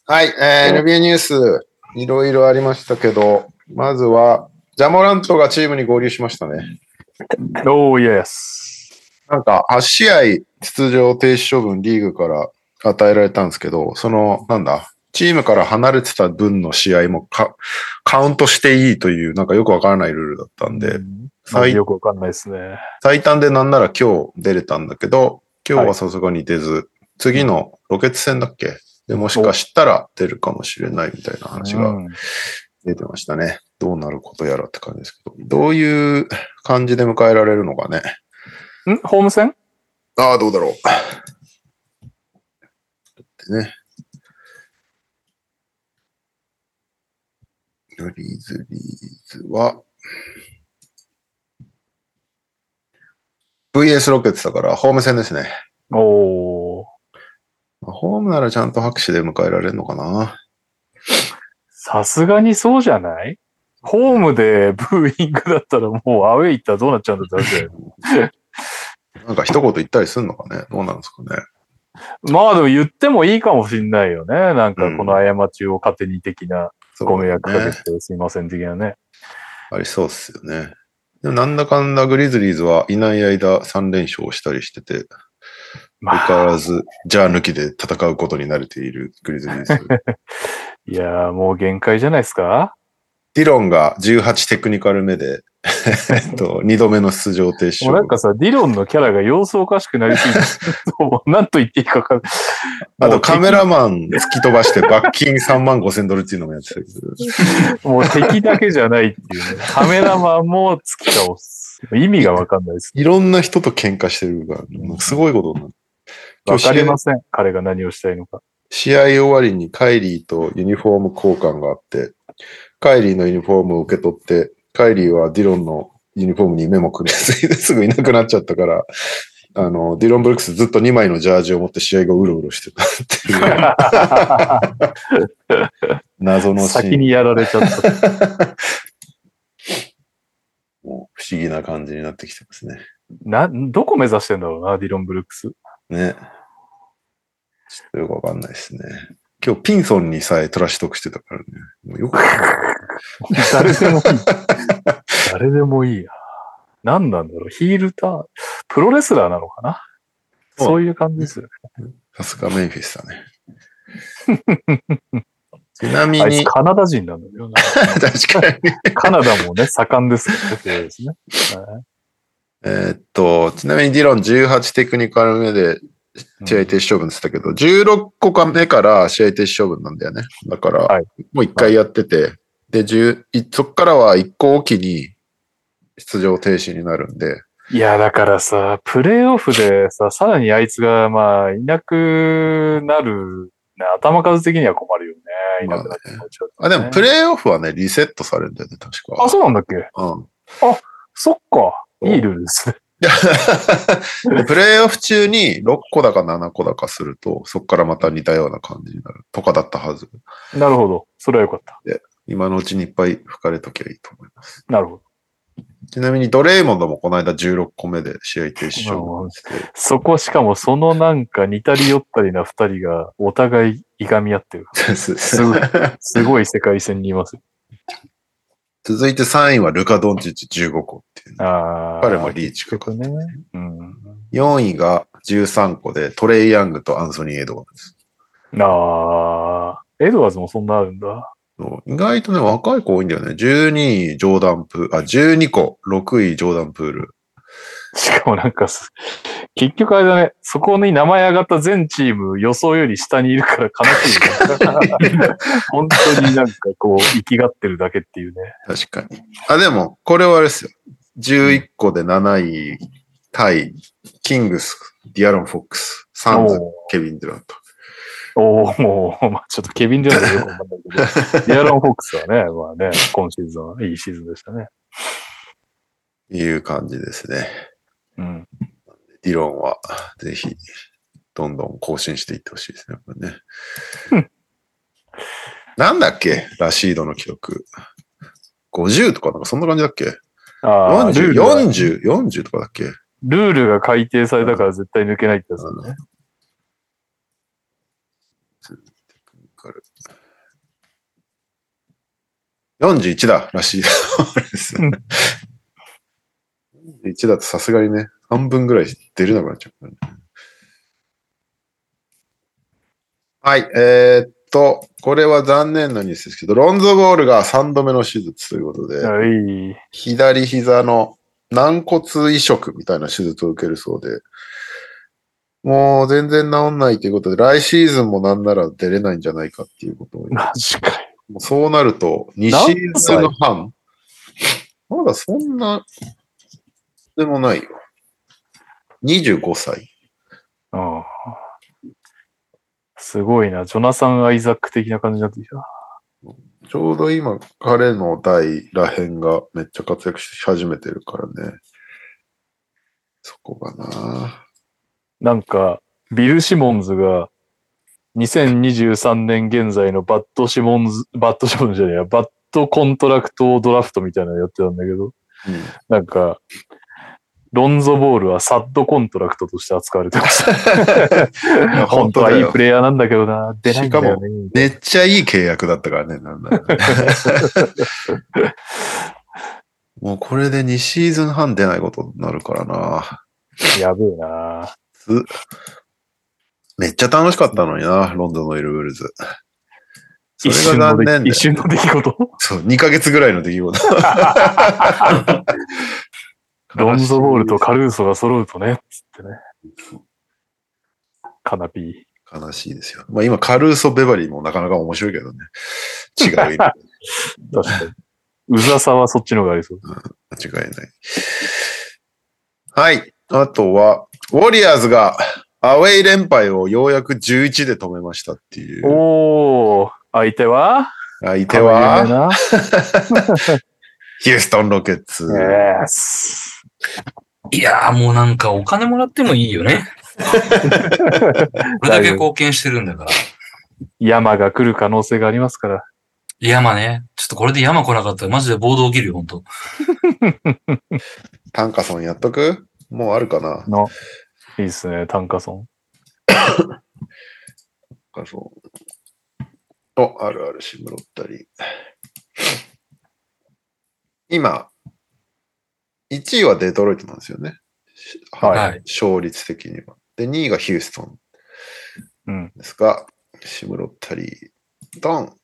はい、NBA ニュース、いろいろありましたけど、まずは、ジャモラントがチームに合流しましたね。 Oh, yes. なんか、8試合出場停止処分リーグから与えられたんですけど、その、チームから離れてた分の試合もカウントしていいという、なんかよくわからないルールだったんで、 よくわかんないですね。 最短でなんなら今日出れたんだけど、今日はさすがに出ず、次のロケッツ戦だっけでもしかしたら出るかもしれないみたいな話が出てましたね。どうなることやらって感じですけど、どういう感じで迎えられるのかね。 ホーム戦？ ああ、どうだろう。ね。グリズリーズは、VS ロケッツだからホーム戦ですね。 おー。 ホームならちゃんと拍手で迎えられるのかな。 さすがにそうじゃない？ ホームでブーイングだったらもうアウェイ行ったらどうなっちゃうんだって話だよ。 なんか一言言ったりするのかね。どうなんですかね。 まあでも言ってもいいかもしんないよね。なんかこの過ちを糧に的な、ご迷惑かけてすいません的なね。 ありそうっすよね。でもなんだかんだグリズリーズはいない間3連勝をしたりしてて、相変わらずジャー抜きで戦うことに慣れているグリズリーズ。 いやーもう限界じゃないですか。 ディロンが18テクニカル目で、2度目の出場停止。 もうなんかさ、ディロンのキャラが様子おかしくなりすぎて、何と言っていいか分かんない。 あとカメラマン突き飛ばして罰金3万5千ドルっていうのもやってたけど。もう敵だけじゃないっていうね。カメラマンも突き倒す。意味が分かんないです。 いろんな人と喧嘩してるから、すごいことになる。 わかりません。彼が何をしたいのか。 試合終わりにカイリーとユニフォーム交換があって、カイリーのユニフォームを受け取って、カイリーはディロンのユニフォームに目もくれずすぐいなくなっちゃったから、ディロン・ブルックスずっと2枚のジャージを持って試合後うろうろしてたっていう。謎のシーン。 先にやられちゃった。 もう不思議な感じになってきてますね。 どこ目指してんだろうな、ディロン・ブルックス。 ね。ちょっとよくわかんないですね。今日ピンソンにさえトラッシュトークしてたからね。もうよく誰でもいい。誰でもいいや。何なんだろう。ヒールターン。プロレスラーなのかな。そういう感じですよね。 さすがメンフィスだね。ちなみに。 あいつカナダ人なんだよな。 確かに。 カナダもね、盛んですからね。ですね。 ちなみにディロン18テクニカル目で試合停止処分って言ったけど、16個目から試合停止処分なんだよね。だから、もう1回やってて、で、そっからは1個おきに出場停止になるんで。 いや、だからさ、プレイオフでさ、さらにあいつが、まあ、いなくなる、ね、頭数的には困るよね。いなくなっちゃう、 ね。でも、プレイオフはね、リセットされるんだよね、確か。 あ、そうなんだっけ？ うん。 あ、そっか。いいルールですね。 プレイオフ中に6個だか7個だかすると、そこからまた似たような感じになるとかだったはず。 なるほど。それはよかった。 で、今のうちにいっぱい吹かれときゃいいと思います。 なるほど。 ちなみにドレイモンドもこの間16個目で試合停止処分して。 そこしかもそのなんか似たり寄ったりな二人がお互いいがみ合ってる。すごい世界線にいます。 続いて3位はルカ・ドンチッチ15個っていう。彼もリーチかかって、 ね。うん、 4位が13個でトレイ・ヤングとアンソニー・エドワーズ。 エドワーズもそんなあるんだ。 意外とね、若い子多いんだよね。12位、ジョーダンプール、12個、6位、ジョーダンプール。 しかもなんか、結局あれだね、そこに名前上がった全チーム予想より下にいるから悲しい、ね。本当になんかこう、生きがってるだけっていうね。 確かに。でも、これはあれですよ。11個で7位、タイ、キングス、ディアロン・フォックス、サンズ、ケビン・デュラント。 まあちょっとケビン・デュラントよくわかんないけど、ディアロン・フォックスはね、まあね、今シーズンはいいシーズンでしたね。 いう感じですね。 うん。 ディロンは、ぜひ、どんどん更新していってほしいですね、これね。なんだっけラシードの記録。50とかなんかそんな感じだっけ ?40 とかだっけルールが改定されたから絶対抜けないってやつだね。 41だ、らしい。41だとさすがにね、半分ぐらい出れなくなっちゃう、ね。はい、これは残念なニュースですけど、ロンゾボールが3度目の手術ということで、左膝の軟骨移植みたいな手術を受けるそうで、もう全然治んないということで、来シーズンもなんなら出れないんじゃないかっていうことを。 マジかよ。 そうなると、2シーズン半まだそんな、でもないよ。25歳。 ああ。すごいな。ジョナサン・アイザック的な感じになってきた。 ちょうど今、彼の代らへんがめっちゃ活躍し始めてるからね。そこがな。 なんか、ビル・シモンズが、2023年現在のバッド・シモンズじゃねえや、バッドコントラクトドラフトみたいなのやってたんだけど、なんか、ロンゾボールはサッドコントラクトとして扱われてました。本当はいいプレイヤーなんだけどな、出ないんだよね。 しかも、めっちゃいい契約だったからね、なんだろうね。もうこれで2シーズン半出ないことになるからな。 やべえな。 めっちゃ楽しかったのにな、ロンドンのいるウルズ。それが残念だよ。 一瞬の出来事そう、2ヶ月ぐらいの出来事。 ロンゾボールとカルーソが揃うとね、つってね。カナピー。悲しいですよ。まあ今、カルーソ・ベバリーもなかなか面白いけどね。違う意味。確かに。うざさはそっちの方がありそう。 間違いない。はい。あとは、ウォリアーズがアウェイ連敗をようやく11で止めましたっていう。 おー、相手はヒューストンロケッツ。 いやーもうなんかお金もらってもいいよね。これだけ貢献してるんだから。 山が来る可能性がありますから。 山ね。ちょっとこれで山来なかったらマジで暴動起きるよ、ほんと。 タンカソンやっとく？もうあるかな？ いいっすね、タンカソン。 タンカソン。あるあるし、室ったり。今、1位はデトロイトなんですよね。はい。勝率的には。で、2位がヒューストン。ですが、シムロッタリー、ドン。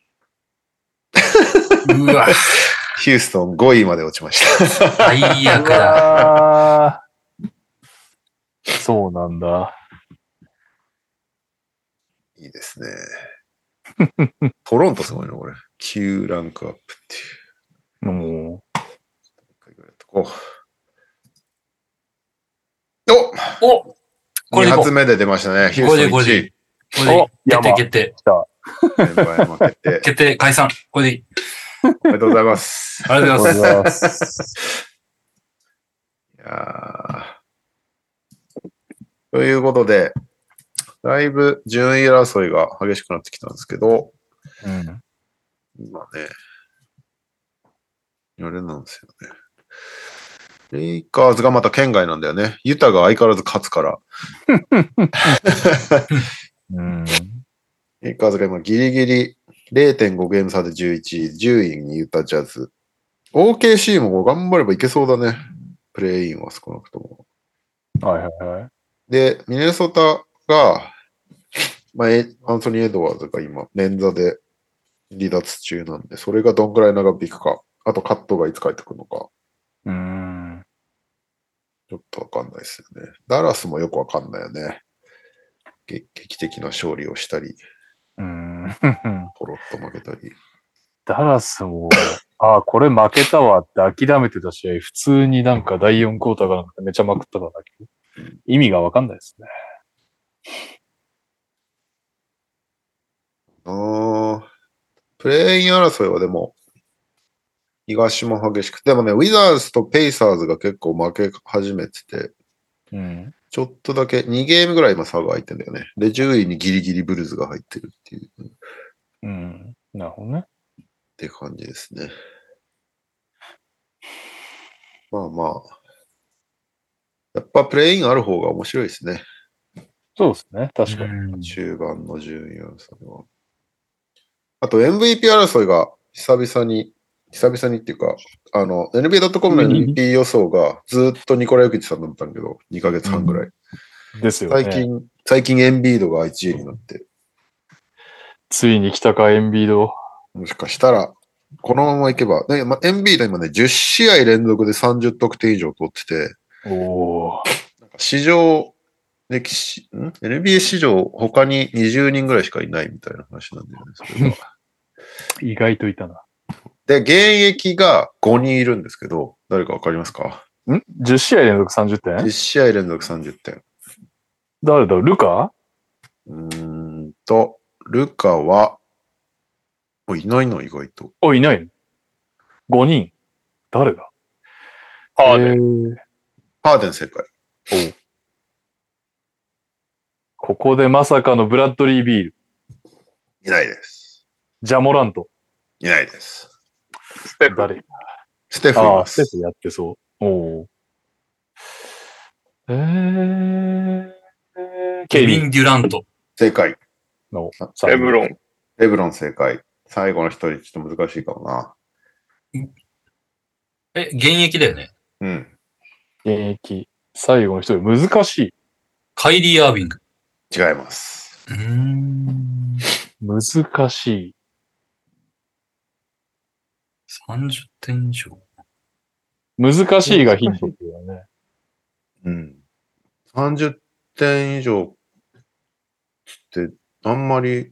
うわ。 ヒューストン5位まで落ちました。 最悪だ。 そうなんだ。 いいですね。トロントすごいな、これ。9ランクアップっていう。 もう。 おこれ2発目で出ましたね。ヒューストン1位。 これで決定。決定、解散。これでいい。 ありがとうございます。 ありがとうございます。 いやということで、だいぶ順位争いが激しくなってきたんですけど、今ね、あれなんですよね。レイカーズがまた県外なんだよね。ユタが相変わらず勝つから。レイカーズが今ギリギリ 0.5 ゲーム差で11位、10位にユタジャズ。OKC も頑張ればいけそうだね。プレイインは少なくとも。 はいはいはい。 で、ミネソタが、アンソニー・エドワーズが今、捻挫で離脱中なんで、それがどんくらい長引くか。あとカットがいつ帰ってくるのか。ちょっとわかんないですよね。ダラスもよくわかんないよね。劇的な勝利をしたり、ポロッと負けたり。 ダラスも、これ負けたわって諦めてた試合、普通になんか第4クォーターがなんかめちゃまくったからだけど、意味がわかんないですね。 プレイン争いはでも、東も激しくて、でもね、ウィザーズとペイサーズが結構負け始めてて、ちょっとだけ2ゲームぐらい今差が開いてんだよね。で、10位にギリギリブルズが入ってるっていう。 なるほどね。 って感じですね。まあまあ。やっぱプレインある方が面白いですね。 そうですね。確かに。 中盤の順位争いは。あと MVP 争いが久々にっていうか、NBA.com の MVP 予想がずっとニコラ・ヨキッチさんだったんだけど、2ヶ月半ぐらい。 ですよね。 最近エンビードが1位になって。 ついに来たか、エンビード。 もしかしたら、このままいけば、エンビード今ね、10試合連続で30得点以上取ってて、史上、NBA 史上他に20人ぐらいしかいないみたいな話なんだよね、それは。 意外といたな。 で、現役が5人いるんですけど、誰かわかりますか ？10試合連続30点 ?10 試合連続30点。 誰だ？ルカ？ ルカは、いないの意外と。 いないの ?5 人。誰だ？ ハーデン。ハーデン正解。 ここでまさかのブラッドリー・ビール。 いないです。 ジャモラント。 いないです。 テフ。 誰？ ステフいああ、 ます。 ステフやってそう。おー。 ケビン・デュラント。 正解。 のレブロン。 レブロン正解。最後の一人ちょっと難しいかもな。 現役だよね。 うん。 現役。最後の一人。難しい。 カイリー・アービング。 違います。 難しい。 30点以上。 難しいがヒントっていうのはね。 うん。30点以上ってあんまり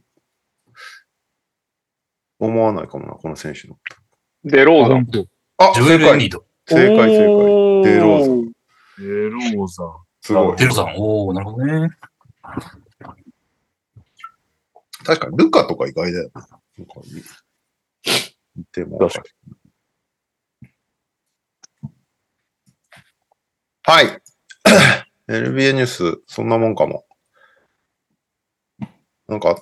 思わないかもな、この選手の。 デローザン。 あ、 ジョエル・エニード。 正解。デローザン。 デローザン。 すごい。 デローザン。おー、なるほどね。 確かにルカとか意外だよね。なんか見ても確かはい。NBA ニュース、そんなもんかも。なんかあった？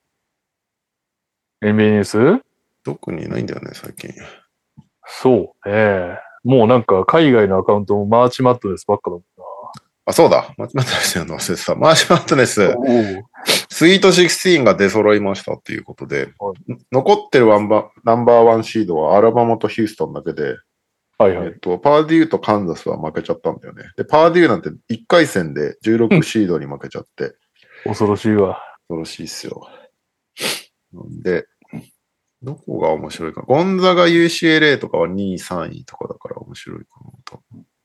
NBA ニュース？ 特にないんだよね、最近。 そうね。もうなんか海外のアカウントもマーチマットネスばっかだもんな。 あ、そうだ。マーチマットネスやるの忘れてた。マーチマットネス、 おー。 スイート16が出揃いましたっていうことで、 は残ってるナンバーワンシードはアラバマとヒューストンだけで、 はいはい。 パーデューとカンザスは負けちゃったんだよね。で、パーデューなんて1回戦で16シードに負けちゃって、 恐ろしいわ。 恐ろしいっすよ。なんで、どこが面白いか。ゴンザが UCLA とかは2位、3位とかだから面白いかなと。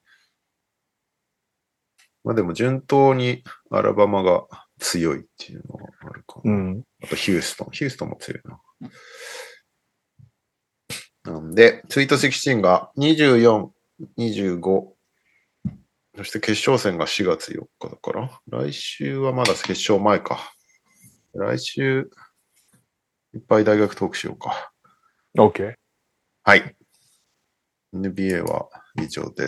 まあでも順当にアラバマが強いっていうのはあるかな。 うん。 あとヒューストンも強いな。なんで、スイート16が24、25、そして決勝戦が4月4日だから、来週はまだ決勝前か。来週、いっぱい大学トークしようか。 OK。 はい。NBA は以上です。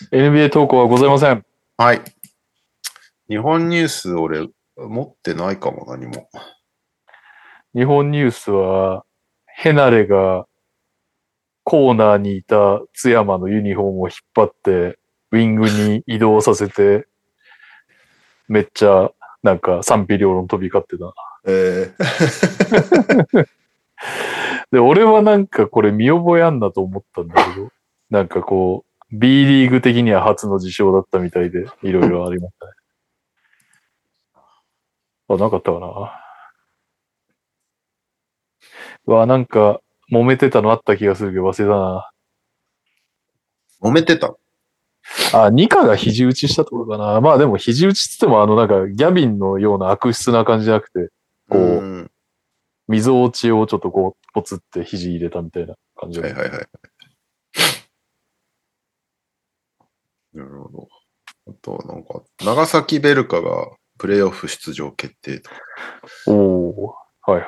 NBA 投稿はございません。 はい。日本ニュース俺持ってないかも、何も。 日本ニュースは、ヘナレがコーナーにいた津山のユニフォームを引っ張って、ウィングに移動させて、めっちゃなんか賛否両論飛び交ってた。で、俺はなんかこれ見覚えあんなと思ったんだけど、なんかこう、B リーグ的には初の事象だったみたいで、いろいろありましたね。あ、なかったかな。うわ、なんか、揉めてたのあった気がするけど忘れたな。 揉めてた？ あ、ニカが肘打ちしたところかな。まあでも肘打ちつってもなんかギャビンのような悪質な感じじゃなくて、こう、溝落ちをちょっとこう、ポツって肘入れたみたいな感じ。 はい。なるほど。あと、なんか、長崎ベルカがプレイオフ出場決定と。 おー、はい。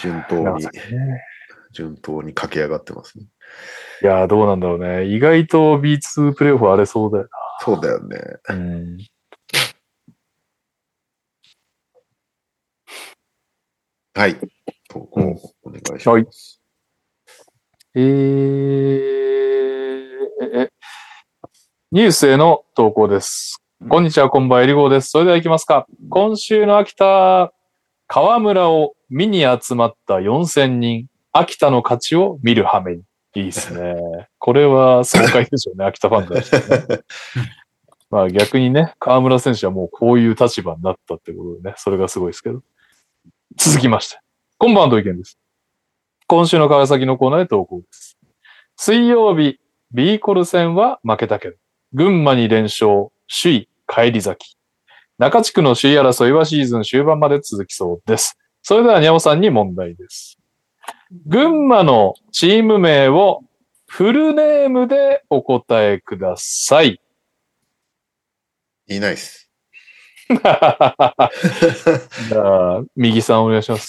順当に駆け上がってますね。 いやー、どうなんだろうね。意外と B2 プレイオフ荒れそうだよな。 そうだよね。はい。投稿お願いします。 ニュースへの投稿です。こんにちは、こんばんは、えりごーです。それでは行きますか。今週の秋田、河村を見に集まった4000人、秋田の勝ちを見る羽目に。いいですね。これは爽快でしょうね、秋田ファンだし、ね。まあ逆にね、河村選手はもうこういう立場になったってことでね、それがすごいですけど。続きまして。こんばんは、土井健です。今週の川崎のコーナーで投稿です。水曜日、ビーコル戦は負けたけど、群馬に連勝、首位、返り咲き。中地区の首位争いはシーズン終盤まで続きそうです。それでは、にゃおさんに問題です。群馬のチーム名をフルネームでお答えください。 いないっす。 じゃあ、右さんお願いします。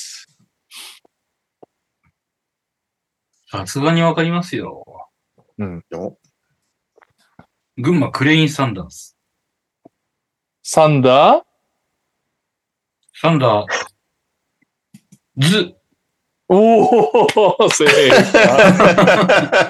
さすがにわかりますよ。 うん。 群馬クレインサンダース。 サンダーズ。 おー、正解。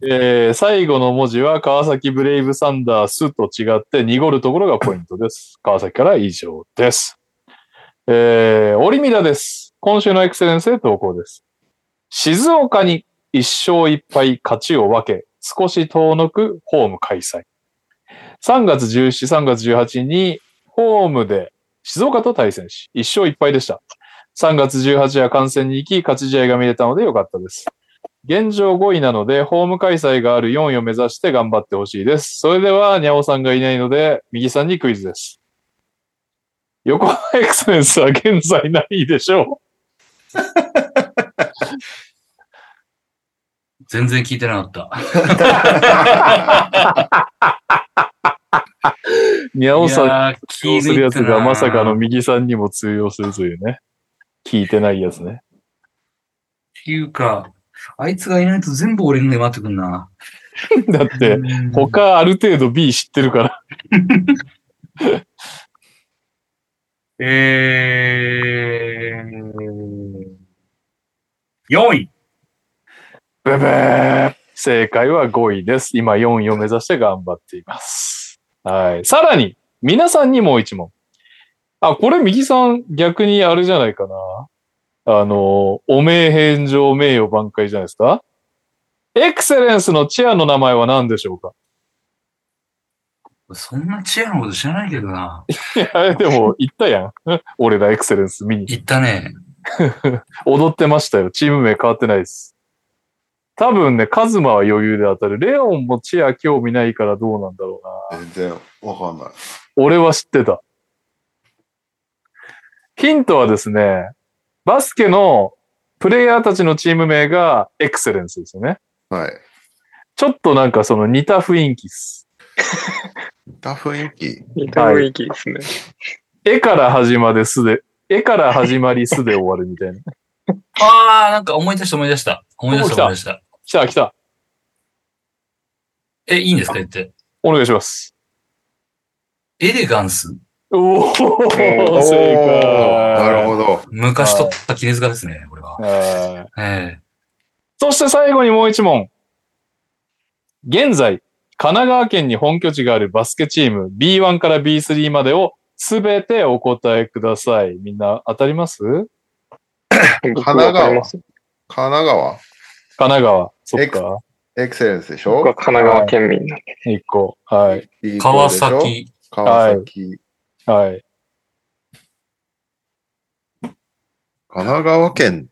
最後の文字は川崎ブレイブサンダースと違って濁るところがポイントです。川崎から以上です。オリミラです。今週のエクセレンスで投稿です。静岡に1勝1敗勝ちを分け、少し遠のくホーム開催。3月17、3月18にホームで静岡と対戦し、1勝1敗でした。3月18は観戦に行き、勝ち試合が見れたのでよかったです。現状5位なので、ホーム開催がある4位を目指して頑張ってほしいです。それでは、にゃおさんがいないので、右さんにクイズです。横浜エクセレンスは現在何位でしょう？ 全然聞いてなかった。 にゃおさん通用するやつがまさかの右さんにも通用するというね。聞いてないやつね。 っていうか、あいつがいないと全部俺に回ってくんな。 だって、他ある程度 B 知ってるから。 4位。 ブブー。正解は5位です。今4位を目指して頑張っています。はい。さらに、皆さんにもう一問。あ、これ右さん逆にあれじゃないかな。お名返上名誉挽回じゃないですか？エクセレンスのチアの名前は何でしょうか？ そんなチアのこと知らないけどな。 いや、でも言ったやん。俺らエクセレンス見に。 言ったね。 踊ってましたよ。チーム名変わってないです。多分ね、カズマは余裕で当たる。レオンもチア興味ないからどうなんだろうな。 全然わかんない。 俺は知ってた。ヒントはですね、バスケのプレイヤーたちのチーム名がエクセレンスですよね。 はい。 ちょっとなんかその似た雰囲気っす。 似た雰囲気？ 似た雰囲気ですね。 絵から始まりすで終わるみたいな。 あー、なんか思い出した。思い出した。 来た。 いいんですか言って。 お願いします。 エレガンス？ おー、正解。 なるほど。 昔取った絹塚ですね、これは。 そして最後にもう一問。現在、神奈川県に本拠地があるバスケチーム B1 から B3 までをすべてお答えください。みんな当たります？ 神奈川。そっか。エクセレンスでしょ？ 僕は神奈川県民なんで。 1個。はい。 川崎。 はい。 神奈川県。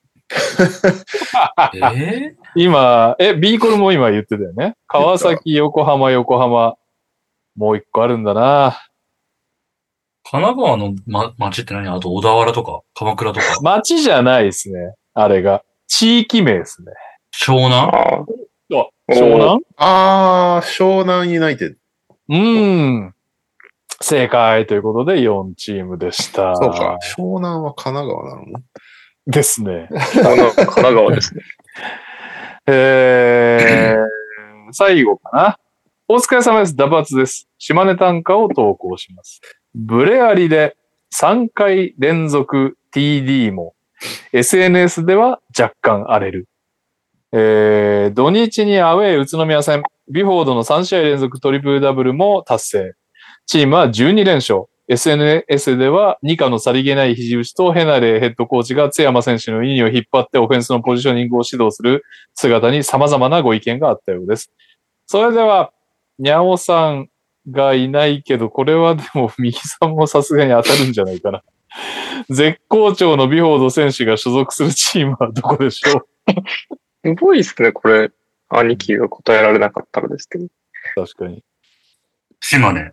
今、B コルも今言ってたよね。川崎、横浜。もう一個あるんだな。 神奈川の、町って何？あと小田原とか鎌倉とか。 町じゃないですね。あれが。地域名ですね。 湘南？ 湘南？ 湘南ユナイテッド。 正解ということで4チームでした。 そうか。湘南は神奈川なのね。 ですね。 神奈川ですね。 最後かな。お疲れ様です。ダバツです。島根短歌を投稿します。ブレアリで3回連続 TD も SNS では若干荒れる。土日にアウェー宇都宮戦、ビフォードの3試合連続トリプルダブルも達成。チームは12連勝。SNS ではニカのさりげない肘打ちとヘナレーヘッドコーチが津山選手の意を引っ張ってオフェンスのポジショニングを指導する姿に様々なご意見があったようです。それでは、にゃおさんがいないけど、これはでも右さんもさすがに当たるんじゃないかな。絶好調のビフォード選手が所属するチームはどこでしょう？ すごいですね、これ。兄貴が答えられなかったらですけど。 確かに。 島根。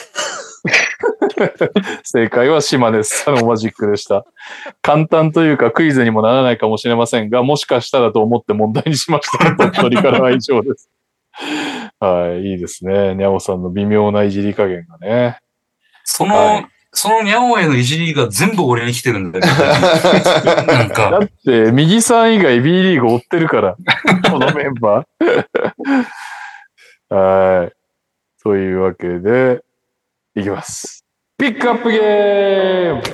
正解は島根スサノマジックでした。簡単というかクイズにもならないかもしれませんが、もしかしたらと思って問題にしました。鳥取からは以上です。はい、いいですね。にゃおさんの微妙ないじり加減がね。 そのにゃおへのいじりが全部俺に来てるんだけど。なんか。 だって、右さん以外 B リーグ追ってるから。このメンバー。はい。というわけで、いきます。ピックアップゲーム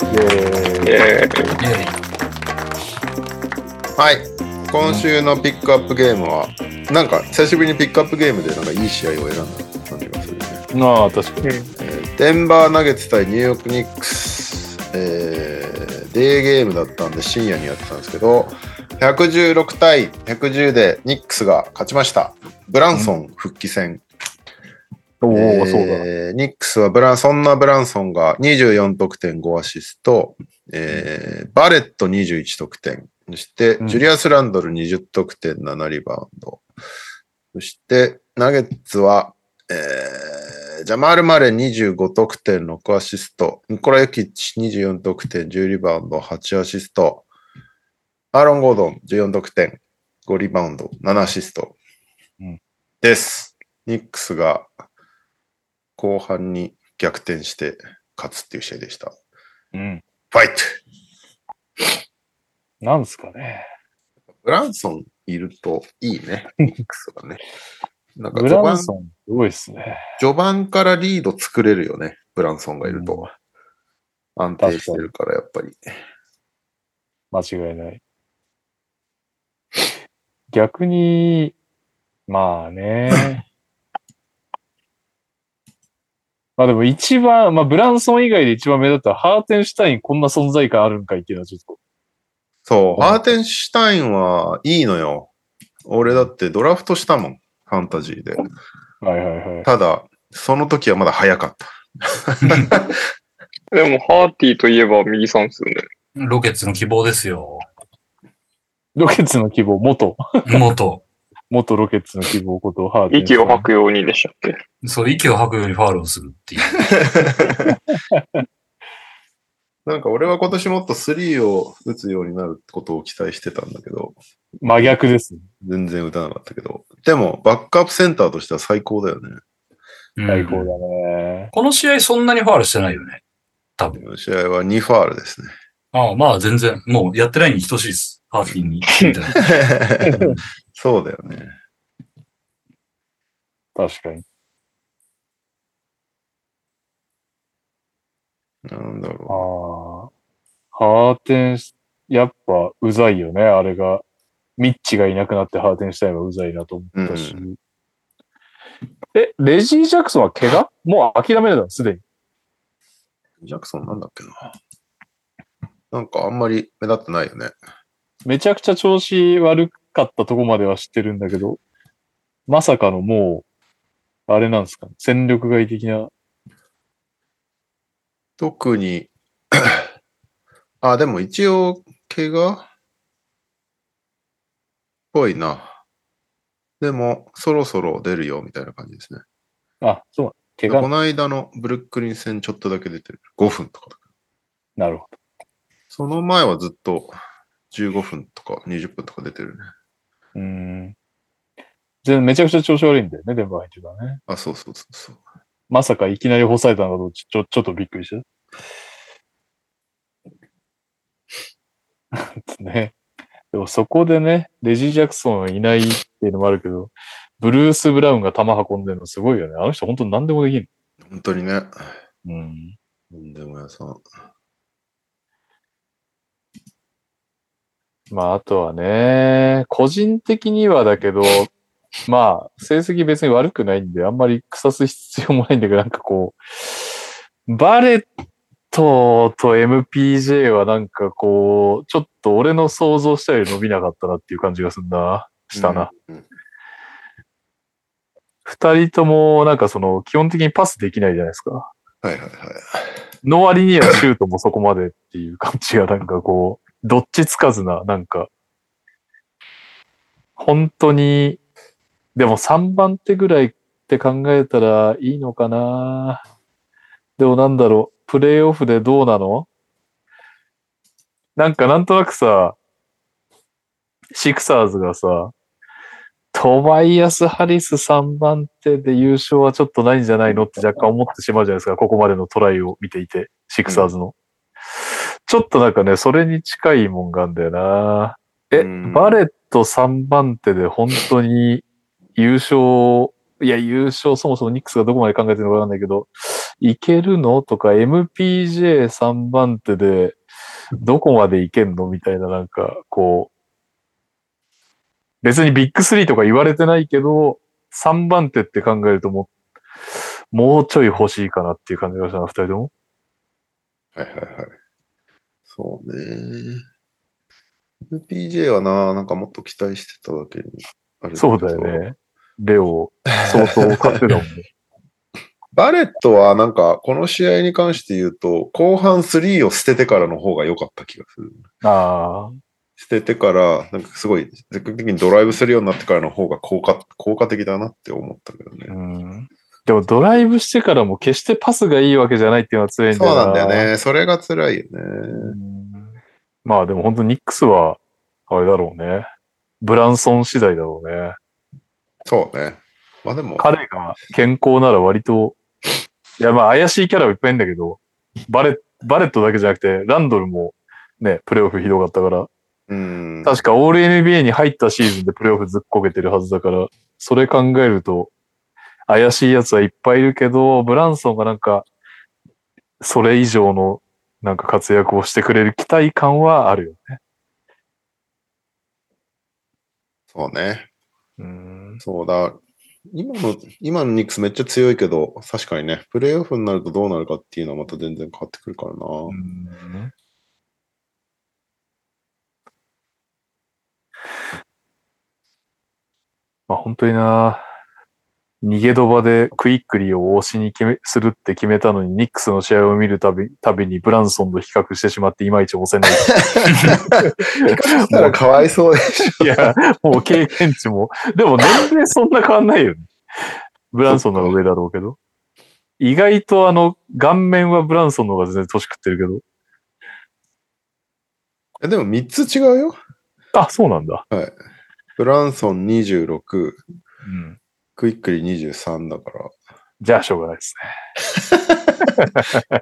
はい。今週のピックアップゲームは、 なんか久しぶりにピックアップゲームでなんかいい試合を選んだ感じがするね。 ああ、確かに。 デンバーナゲッツ対ニューヨークニックス、デーゲームだったんで深夜にやってたんですけど、116対110でニックスが勝ちました。ブランソン復帰戦。 おお、そうだ。 ニックスはそんなブランソンが24得点5アシスト、バレット21得点。そして、ジュリアス・ランドル20得点7リバウンド。そして、ナゲッツは、ジャマール・マレー25得点6アシスト。ニコラ・ヨキッチ24得点10リバウンド8アシスト。アーロン・ゴードン14得点5リバウンド7アシスト。です。ニックスが後半に逆転して勝つっていう試合でした。ファイトなんすかね。 ブランソンいるといいね。ニックスはね。なんかブランソンすごいっすね。 序盤からリード作れるよね。ブランソンがいると。安定してるからやっぱり。 間違いない。逆に、まあね。まあでも一番、まあブランソン以外で一番目立ったハーテンシュタインこんな存在感あるんかいっていうのはちょっと。 そう、ハーテンシュタインはいいのよ。俺だってドラフトしたもん。ファンタジーで。 はいはいはい。 ただ、その時はまだ早かった。 でも、ハーティーといえば右さんですよね。 ロケッツの希望ですよ。 ロケッツの希望、元ロケッツの希望ことハーテン。 息を吐くようにでしたっけ？ そう、息を吐くようにファールをするっていう。 なんか俺は今年もっと3を打つようになることを期待してたんだけど。 真逆ですね。 全然打たなかったけど。でも、バックアップセンターとしては最高だよね。 最高だね。 この試合そんなにファールしてないよね。多分。 この試合は2ファールですね。 ああ、まあ全然、もうやってないに等しいです。ハーティーに。 そうだよね。 確かに。 なんだろう。ハーテン、やっぱうざいよね、あれが。ミッチがいなくなってハーテンシュタインはうざいなと思ったし。レジー・ジャクソンは怪我？もう諦めるだろ、すでに。 ジャクソンなんだっけな。なんかあんまり目立ってないよね。 めちゃくちゃ調子悪かったとこまでは知ってるんだけど、まさかのもう、あれなんですか、戦力外的な。 特にでも一応、怪我っぽいな。でも、そろそろ出るよ、みたいな感じですね。 そう。 怪我。この間のブルックリン戦ちょっとだけ出てる。5分とかだ。 なるほど。 その前はずっと15分とか20分とか出てるね。めちゃくちゃ調子悪いんだよね、デンバー入ってたね。 そう。 まさかいきなり抑えたのがちょっとびっくりした。ね。でもそこでね、レジー・ジャクソンいないっていうのもあるけど、ブルース・ブラウンが球運んでるのすごいよね。あの人本当に何でもできる。 本当にね。 何でも屋さん。 まあ、あとはね、個人的にはだけど、まあ、成績別に悪くないんで、あんまり腐す必要もないんだけど、なんかこう、バレットと MPJ はなんかこう、ちょっと俺の想像したより伸びなかったなっていう感じがしたな。二人ともなんか基本的にパスできないじゃないですか。の割にはシュートもそこまでっていう感じがなんかこう、どっちつかずな、なんか、本当に、でも3番手ぐらいって考えたらいいのかな。でもなんだろう、プレイオフでどうなの？なんとなくさ、シクサーズがさ、トバイアス・ハリス3番手で優勝はちょっとないんじゃないのって若干思ってしまうじゃないですか。ここまでのトライを見ていて、シクサーズの。ちょっとなんかね、それに近いもんがあるんだよな。バレット3番手で本当に優勝そもそもニックスがどこまで考えてるのかわかんないけど、いけるのとか MPJ3 番手でどこまでいけんのみたいななんか、こ別にビッグ3とか言われてないけど、3番手って考えるともうちょい欲しいかなっていう感じがしたな、2人とも。 はいはいはい。そうね。MPJ はなんかもっと期待してただけにあれそうだよね。レオ、相当買ってたもんね。 バレットはなんか、この試合に関して言うと、後半3を捨ててからの方が良かった気がする。 ああ。 捨ててから、なんかすごい、積極的にドライブするようになってからの方が効果的だなって思ったけどね。 うん。でもドライブしてからも決してパスがいいわけじゃないっていうのは強いんだよな。 そうなんだよね。それが辛いよね。 まあでも本当ニックスは、あれだろうね。ブランソン次第だろうね。 そうね。まあでも。 彼が健康なら割と、いやまあ怪しいキャラはいっぱいいるんだけど、バレットだけじゃなくて、ランドルもね、プレイオフひどかったから、確かオール NBA に入ったシーズンでプレイオフずっこけてるはずだから、それ考えると、怪しい奴はいっぱいいるけど、ブランソンがなんか、それ以上のなんか活躍をしてくれる期待感はあるよね。 そうね。そうだ。今のニックスめっちゃ強いけど、確かにね、プレイオフになるとどうなるかっていうのはまた全然変わってくるからな。 まあ本当にな、逃げドバでクイックリーをするって決めたのに、ニックスの試合を見るたびにブランソンと比較してしまっていまいち押せない。 比較したらかわいそうでしょ。 いや、もう経験値も。でも年齢そんな変わんないよね。ブランソンの方が上だろうけど。意外と顔面はブランソンの方が全然年食ってるけど。でも3つ違うよ。 あ、そうなんだ。 はい。ブランソン26。クイックリー23だから。 じゃあしょうがないですね。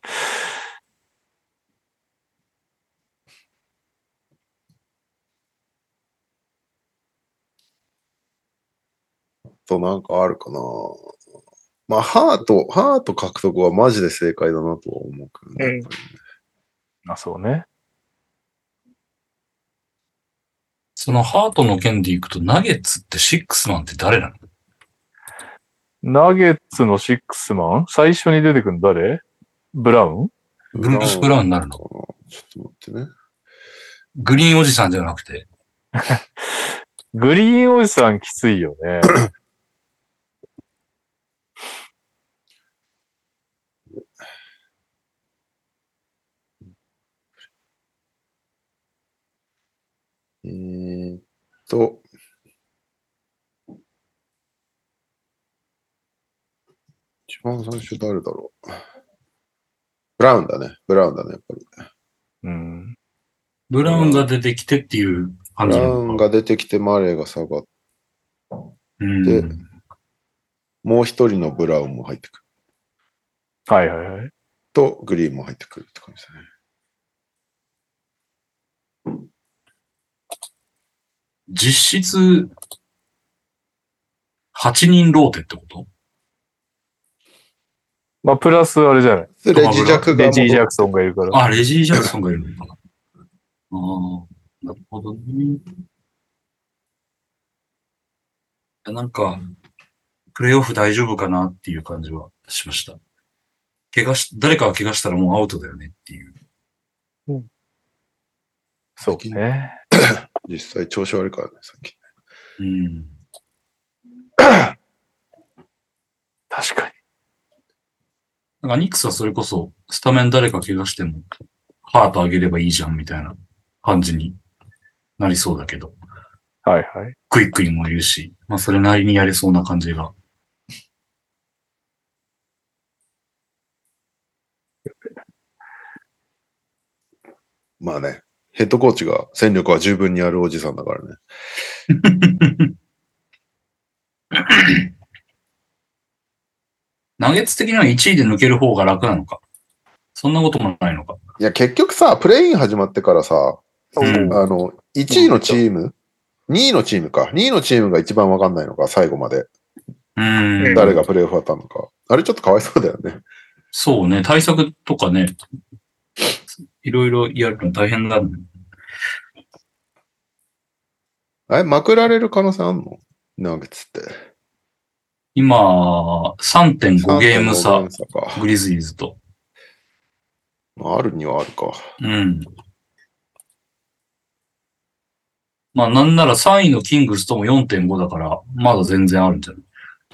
となんかあるかな。まあ、ハート獲得はマジで正解だなとは思うけどね。 あ、そうね。 そのハートの件でいくと、ナゲッツってシックスマンって誰なの？ ナゲッツのシックスマン？最初に出てくるの誰？ブラウン？ ブルース・ブラウンになるの？ ちょっと待ってね。 グリーンおじさんじゃなくて。 グリーンおじさんきついよね。 一番最初誰だろう。ブラウンだね、やっぱり。 ブラウンが出てきてっていう感じブラウンが出てきて、マレーが下がって、もう一人のブラウンも入ってくる。 はいはいはい。 と、グリーンも入ってくるって感じだね。 実質、8人ローテってこと？ まあ、プラスあれじゃない。 レジジャクソンがいるから。 あ、レジー・ジャクソンがいるのかな。ああ、なるほどね。なんか、プレイオフ大丈夫かなっていう感じはしました。誰かが怪我したらもうアウトだよねっていう。 そうね。 実際調子悪いからね、さっき。 確かに。 なんかニックスはそれこそ、スタメン誰か怪我しても、ハート上げればいいじゃんみたいな感じになりそうだけど。 はいはい。 クイックにもいるし、まあそれなりにやれそうな感じが。 まあね、ヘッドコーチが戦力は十分にあるおじさんだからね。 ナゲッツ的には1位で抜ける方が楽なのか。そんなこともないのか。 いや、結局さ、プレイン始まってからさ、1位のチーム、2位のチームか。2位のチームが一番わかんないのか、最後まで。誰がプレイオフ当たるのか。あれちょっとかわいそうだよね。 そうね。対策とかね、いろいろやるの大変だね。 まくられる可能性あんの？ナゲッツって。 今、3.5 ゲーム差、 か。 グリズリーズと。 あるにはあるか。 うん。まあなんなら3位のキングスとも 4.5 だから、まだ全然あるんじゃない？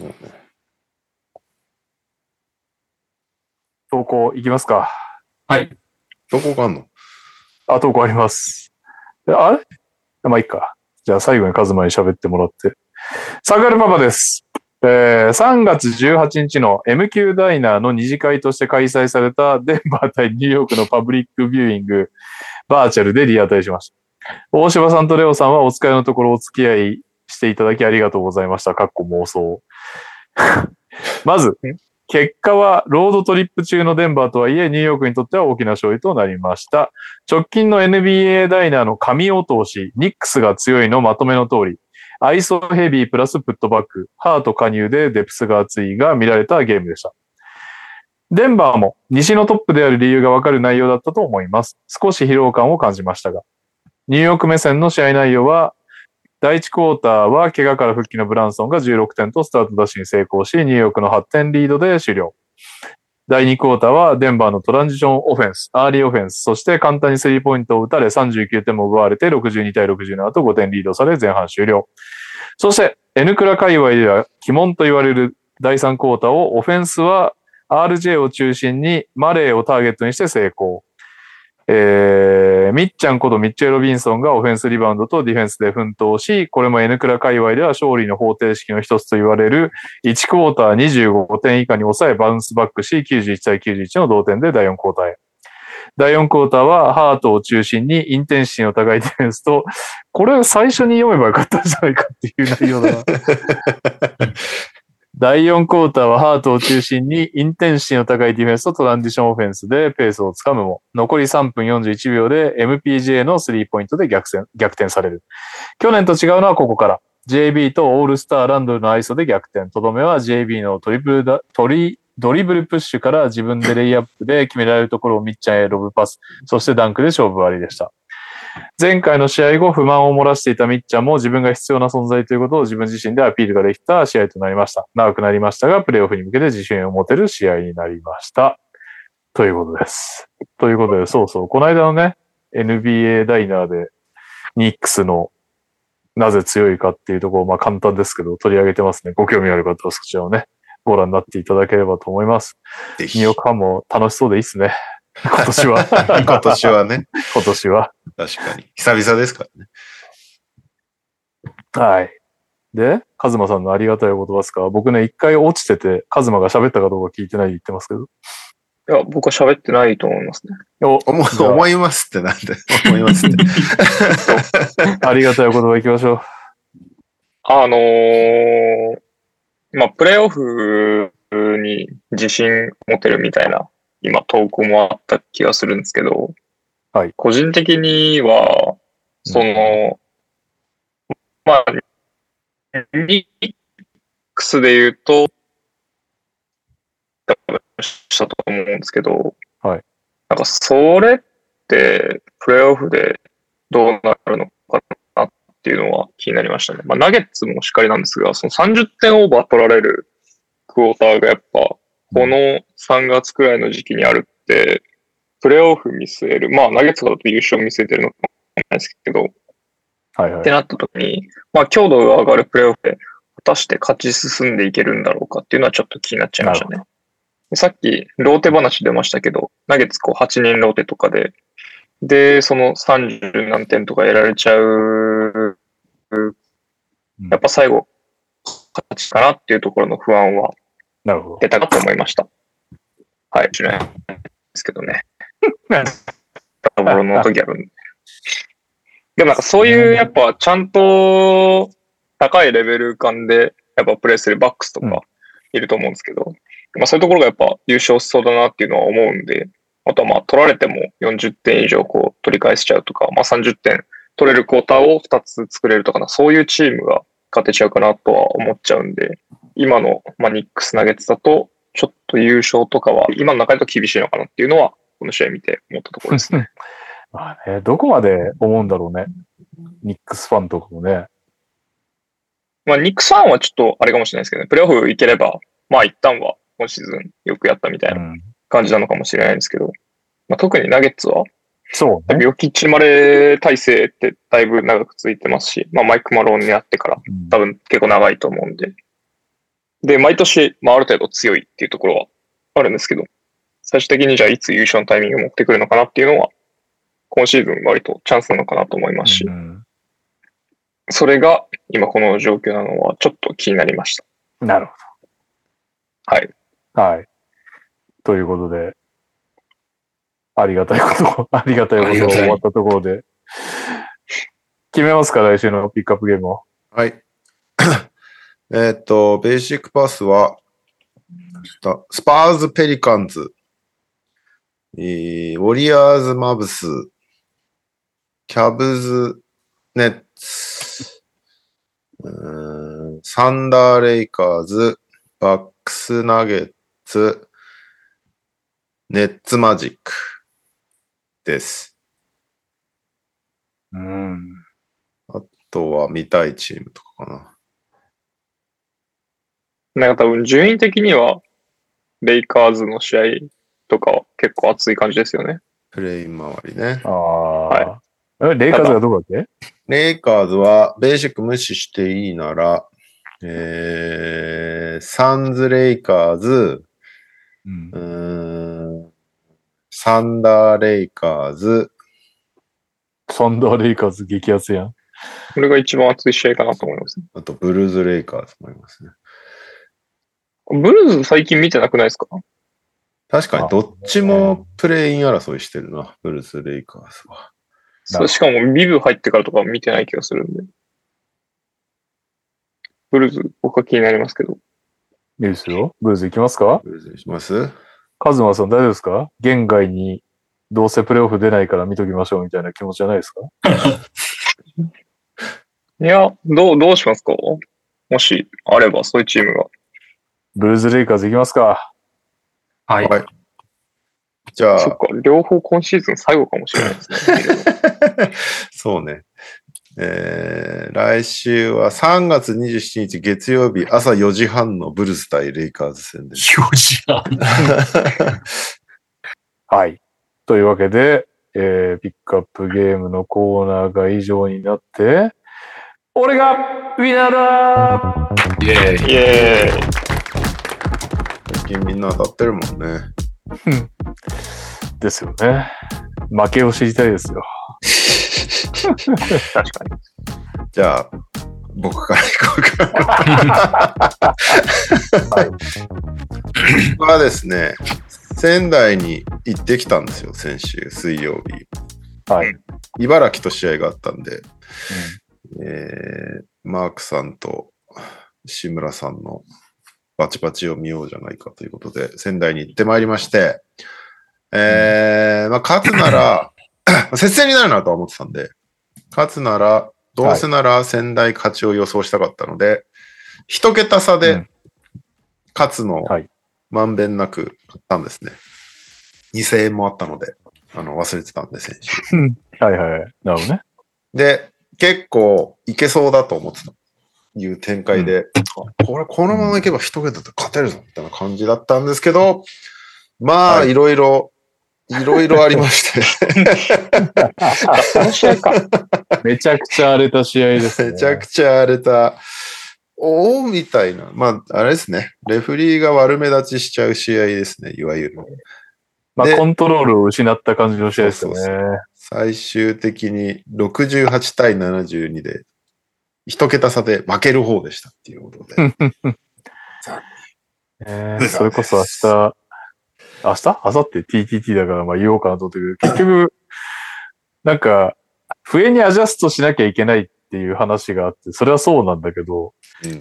投稿いきますか。 はい。 投稿があんの？ 投稿あります。あれまあいいか。じゃあ最後にカズマに喋ってもらって。サガルママです。3月18日の MQ ダイナーの二次会として開催されたデンバー対ニューヨークのパブリックビューイングバーチャルでリアタイしました。大柴さんとレオさんはお疲れのところお付き合いしていただきありがとうございました。妄想。まず、結果はロードトリップ中のデンバーとはいえニューヨークにとっては大きな勝利となりました。直近の NBA ダイナーの神落とし、ニックスが強いのまとめの通り、アイソヘビープラスプットバック、ハート加入でデプスが厚いが見られたゲームでした。デンバーも西のトップである理由がわかる内容だったと思います。少し疲労感を感じましたが。ニューヨーク目線の試合内容は、第1クォーターは怪我から復帰のブランソンが16点とスタートダッシュに成功し、ニューヨークの8点リードで終了。第2クォーターはデンバーのトランジションオフェンス、アーリーオフェンス、そして簡単にスリーポイントを打たれ39点も奪われて62対67と5点リードされ前半終了。そして N クラ界隈では鬼門と言われる第3クォーターをオフェンスは RJ を中心にマレーをターゲットにして成功。ミッチャンことミッチェル・ロビンソンがオフェンスリバウンドとディフェンスで奮闘し、これも N クラ界隈では勝利の方程式の一つと言われる1クォーター25点以下に抑えバウンスバックし91対91の同点で第4クォーターへ。第4クォーターはハートを中心にインテンシティの高いディフェンスと、これ最初に読めばよかったんじゃないかっていう内容だな。第4クォーターはハートを中心にインテンシティの高いディフェンスとトランジションオフェンスでペースをつかむも、残り3分41秒で MPJ のスリーポイントで逆転される。去年と違うのはここから。JB とオールスターランドルのアイソで逆転。とどめは JB のドリブルプッシュから自分でレイアップで決められるところをミッチャンへロブパス、そしてダンクで勝負割りでした。前回の試合後不満を漏らしていたミッチャンも自分が必要な存在ということを自分自身でアピールができた試合となりました。長くなりましたが、プレーオフに向けて自信を持てる試合になりました。ということです。ということで、そうそう、この間のね、NBA ダイナーでニックスのなぜ強いかっていうところを、まあ簡単ですけど取り上げてますね。ご興味ある方はそちらをね、ご覧になっていただければと思います。ニューヨークファンも楽しそうでいいっすね。今年は。 今年はね。 今年は。 確かに。久々ですからね。 はい。で、カズマさんのありがたいお言葉ですか？僕ね、一回落ちてて、カズマが喋ったかどうか聞いてないで言ってますけど。 いや、僕は喋ってないと思いますね。 思いますってなんで思いますって。 ありがたいお言葉行きましょう。 まあ、プレイオフに自信持てるみたいな、今、投稿もあった気がするんですけど、 はい。 個人的には、まあ、ニックスで言うと、したと思うんですけど、 はい。 なんか、それって、プレイオフでどうなるのかなっていうのは気になりましたね。まあ、ナゲッツもしっかりなんですが、その30点オーバー取られるクォーターがやっぱ、この3月くらいの時期にあるって、プレイオフ見据える。まあ、ナゲッツだと優勝見据えてるのかもしれないですけど、 はいはい。 ってなった時に、まあ、強度が上がるプレイオフで、果たして勝ち進んでいけるんだろうかっていうのはちょっと気になっちゃいましたね。さっき、ローテ話出ましたけど、ナゲッツ8人ローテとかで、その30何点とか得られちゃう、やっぱ最後、勝ちかなっていうところの不安は出たかと思いました。はい、しないですけどね。ボロの時あるんで。でもなんかそういうやっぱちゃんと高いレベル感でやっぱプレイするバックスとかいると思うんですけど、まあそういうところがやっぱ優勝しそうだなっていうのは思うんで、あとはまあ取られても40点以上こう取り返しちゃうとか、まあ30点取れるクォーターを2つ作れるとかな、そういうチームが勝てちゃうかなとは思っちゃうんで、今のまあニックスナゲッツだとちょっと優勝とかは今の中だと厳しいのかなっていうのはこの試合見て思ったところですね。 まあね、どこまで思うんだろうね。ニックスファンとかもね。 まあ、ニックスファンはちょっとあれかもしれないですけどね、プレイオフ行ければ、まあ一旦は今シーズンよくやったみたいな感じなのかもしれないんですけど、まあ、特にナゲッツは、 そうね。 ヨキッチマレー体制ってだいぶ長く続いてますし、まあマイク・マローンになってから多分結構長いと思うんで。で、毎年、まあある程度強いっていうところはあるんですけど、最終的にじゃあいつ優勝のタイミングを持ってくるのかなっていうのは、今シーズン割とチャンスなのかなと思いますし、それが今この状況なのはちょっと気になりました。 なるほど。はい。 はい。ということで、ありがたいことが終わったところで、決めますか、来週のピックアップゲームを。 はい。ベーシックパスは、スパーズ・ペリカンズ、ウォリアーズ・マブス、キャブズ・ネッツ、サンダー・レイカーズ、バックス・ナゲッツ、ネッツ・マジックです。あとは見たいチームとかかな。 なんか多分順位的には、レイカーズの試合とかは結構熱い感じですよね。 プレイン周りね。 はい。レイカーズがどこだっけ？ レイカーズは、ベーシック無視していいなら、サンズ・レイカーズ、サンダー・レイカーズ。 サンダー・レイカーズ激アツやん。 これが一番熱い試合かなと思います、ね。 あと、ブルーズ・レイカーズもいますね。 ブルーズ最近見てなくないですか？ 確かに、どっちもプレイン争いしてるな、ブルーズ・レイカーズは。 そう、しかもビブ入ってからとか見てない気がするんで。ブルーズ、僕は気になりますけど。 いいですよ。ブルーズ行きますか？ ブルーズにします？ カズマさん大丈夫ですか？現外にどうせプレイオフ出ないから見ときましょうみたいな気持ちじゃないですか？ いや、どうしますか？もしあれば、そういうチームが。 ブルーズ・レイカーズ行きますか？ はい。 はい。じゃあ。 そっか、両方今シーズン最後かもしれないですね。 そうね。来週は3月27日月曜日朝4時半のブルス対レイカーズ戦です。 4時半はい。というわけで、ピックアップゲームのコーナーが以上になって、俺がウィナーだー！ イェーイ。 イェーイ。 最近みんな当たってるもんね。 ですよね。負けを知りたいですよ。 確かに。 じゃあ、僕から行こうか。 はい、 僕はですね、仙台に行ってきたんですよ、先週水曜日。 はい。 茨城と試合があったんで、マークさんと志村さんのバチバチを見ようじゃないかということで、仙台に行ってまいりまして、まあ、勝つなら、接戦になるなとは思ってたんで、勝つなら、どうせなら仙台勝ちを予想したかったので、一桁差で勝つのをまんべんなく買ったんですね。2000円もあったので、忘れてたんで、先週。 はいはい。なるほどね。 で、結構いけそうだと思ってた。いう展開で、このままいけば一桁で勝てるぞみたいな感じだったんですけど、まあ、いろいろありまして。 その試合か。 めちゃくちゃ荒れた試合ですね。 めちゃくちゃ荒れた。みたいな。まあ、あれですね。レフリーが悪目立ちしちゃう試合ですね。いわゆる。 まあ、コントロールを失った感じの試合ですよね。 そう最終的に68対72で、一桁差で負ける方でしたっていうことで。 それこそ明後日 TTT だからまあ言おうかなと思ってるけど、結局、なんか、笛にアジャストしなきゃいけないっていう話があって、それはそうなんだけど、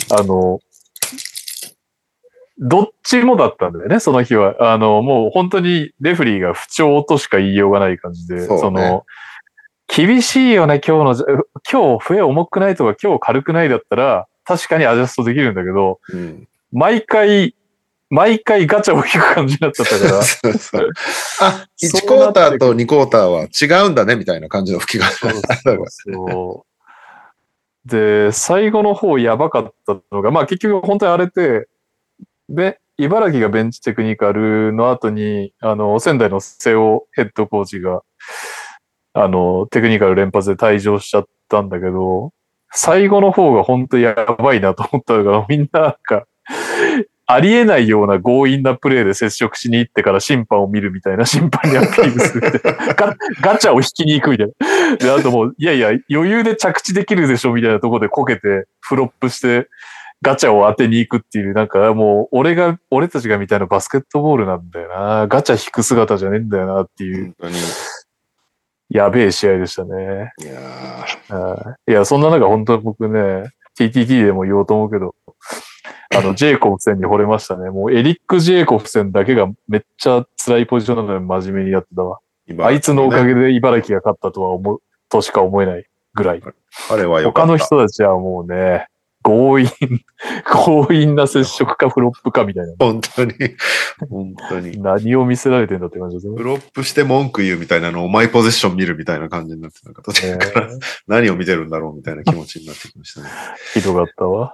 どっちもだったんだよね、その日は。もう本当にレフリーが不調としか言いようがない感じで、厳しいよね、今日笛重くないとか今日軽くないだったら、確かにアジャストできるんだけど、毎回ガチャを引く感じになっちゃったから。 あ、1クォーターと2クォーターは違うんだね、みたいな感じの吹きが。 で、最後の方やばかったのが、まあ結局本当に荒れて、で、茨城がベンチテクニカルの後に、仙台の瀬尾ヘッドコーチが、テクニカル連発で退場しちゃったんだけど、最後の方が本当やばいなと思ったのが、みんななんか、ありえないような強引なプレーで接触しに行ってから審判を見るみたいな、審判にアピールするみたいな。ガチャを引きに行くみたいな。で、あともう、いやいや、余裕で着地できるでしょみたいなところでこけて、フロップして、ガチャを当てに行くっていう、なんかもう、俺たちがみたいなバスケットボールなんだよな。ガチャ引く姿じゃねえんだよなっていう。 本当に。 やべえ試合でしたね。いや、そんな中本当に僕ね、TTT でも言おうと思うけど、ジェイコフセンに惚れましたね。もうエリック・ジェイコフセンだけがめっちゃ辛いポジションなのに真面目にやってたわ。あいつのおかげで茨城が勝ったとしか思えないぐらい。 彼は良かった。 他の人たちはもうね、強引な接触かフロップかみたいな。 本当に。 何を見せられてんだって感じですね。 フロップして文句言うみたいなのをマイポゼッション見るみたいな感じになってたから、何を見てるんだろうみたいな気持ちになってきましたね。 ひどかったわ。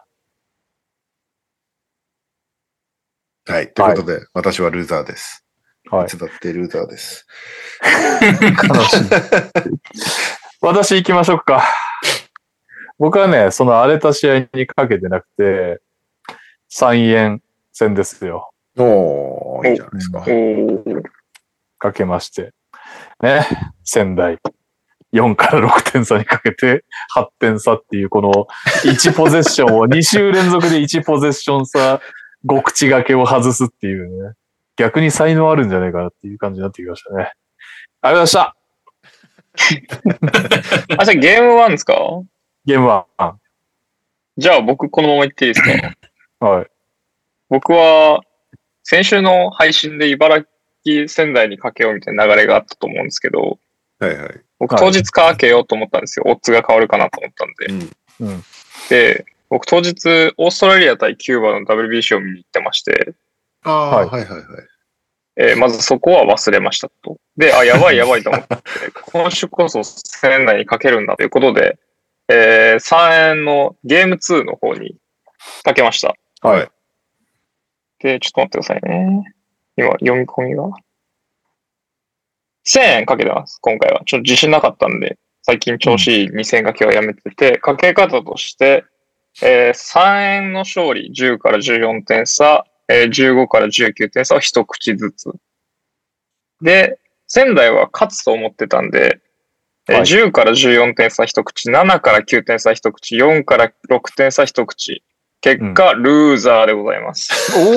はい。ということで、私はルーザーです。 はい。 いつだってルーザーです。 悲しい。私行きましょうか。僕はね、その荒れた試合にかけてなくて、3円戦ですよ。 おー、いいじゃないですか。 かけまして。ね、仙台。4から6点差にかけて8点差っていうこの1ポゼッションを2週連続で1ポゼッション差5口掛けを外すっていうね。逆に才能あるんじゃないかなっていう感じになってきましたね。ありがとうございました。じゃあゲーム1ですか？ ゲーム1。 じゃあ僕このまま言っていいですか？ はい。 僕は先週の配信で茨城仙台にかけようみたいな流れがあったと思うんですけど、 はいはい。 僕当日かけようと思ったんですよ。オッズが変わるかなと思ったんで。で、僕当日オーストラリア対キューバの WBC を見に行ってまして、 はいはいはい。 まずそこは忘れましたと。で、やばいと思って、今週こそ仙台にかけるんだということで、3円のゲーム2の方にかけました。 はい。 で、ちょっと待ってくださいね。今、読み込みが。1000円かけてます、今回は。ちょっと自信なかったんで、最近調子いい2000円かけはやめてて、かけ方として、3円の勝利、10から14点差、15から19点差を一口ずつ。で、仙台は勝つと思ってたんで、10から14点差一口、7から9点差一口、4から6点差一口。結果、ルーザーでございます。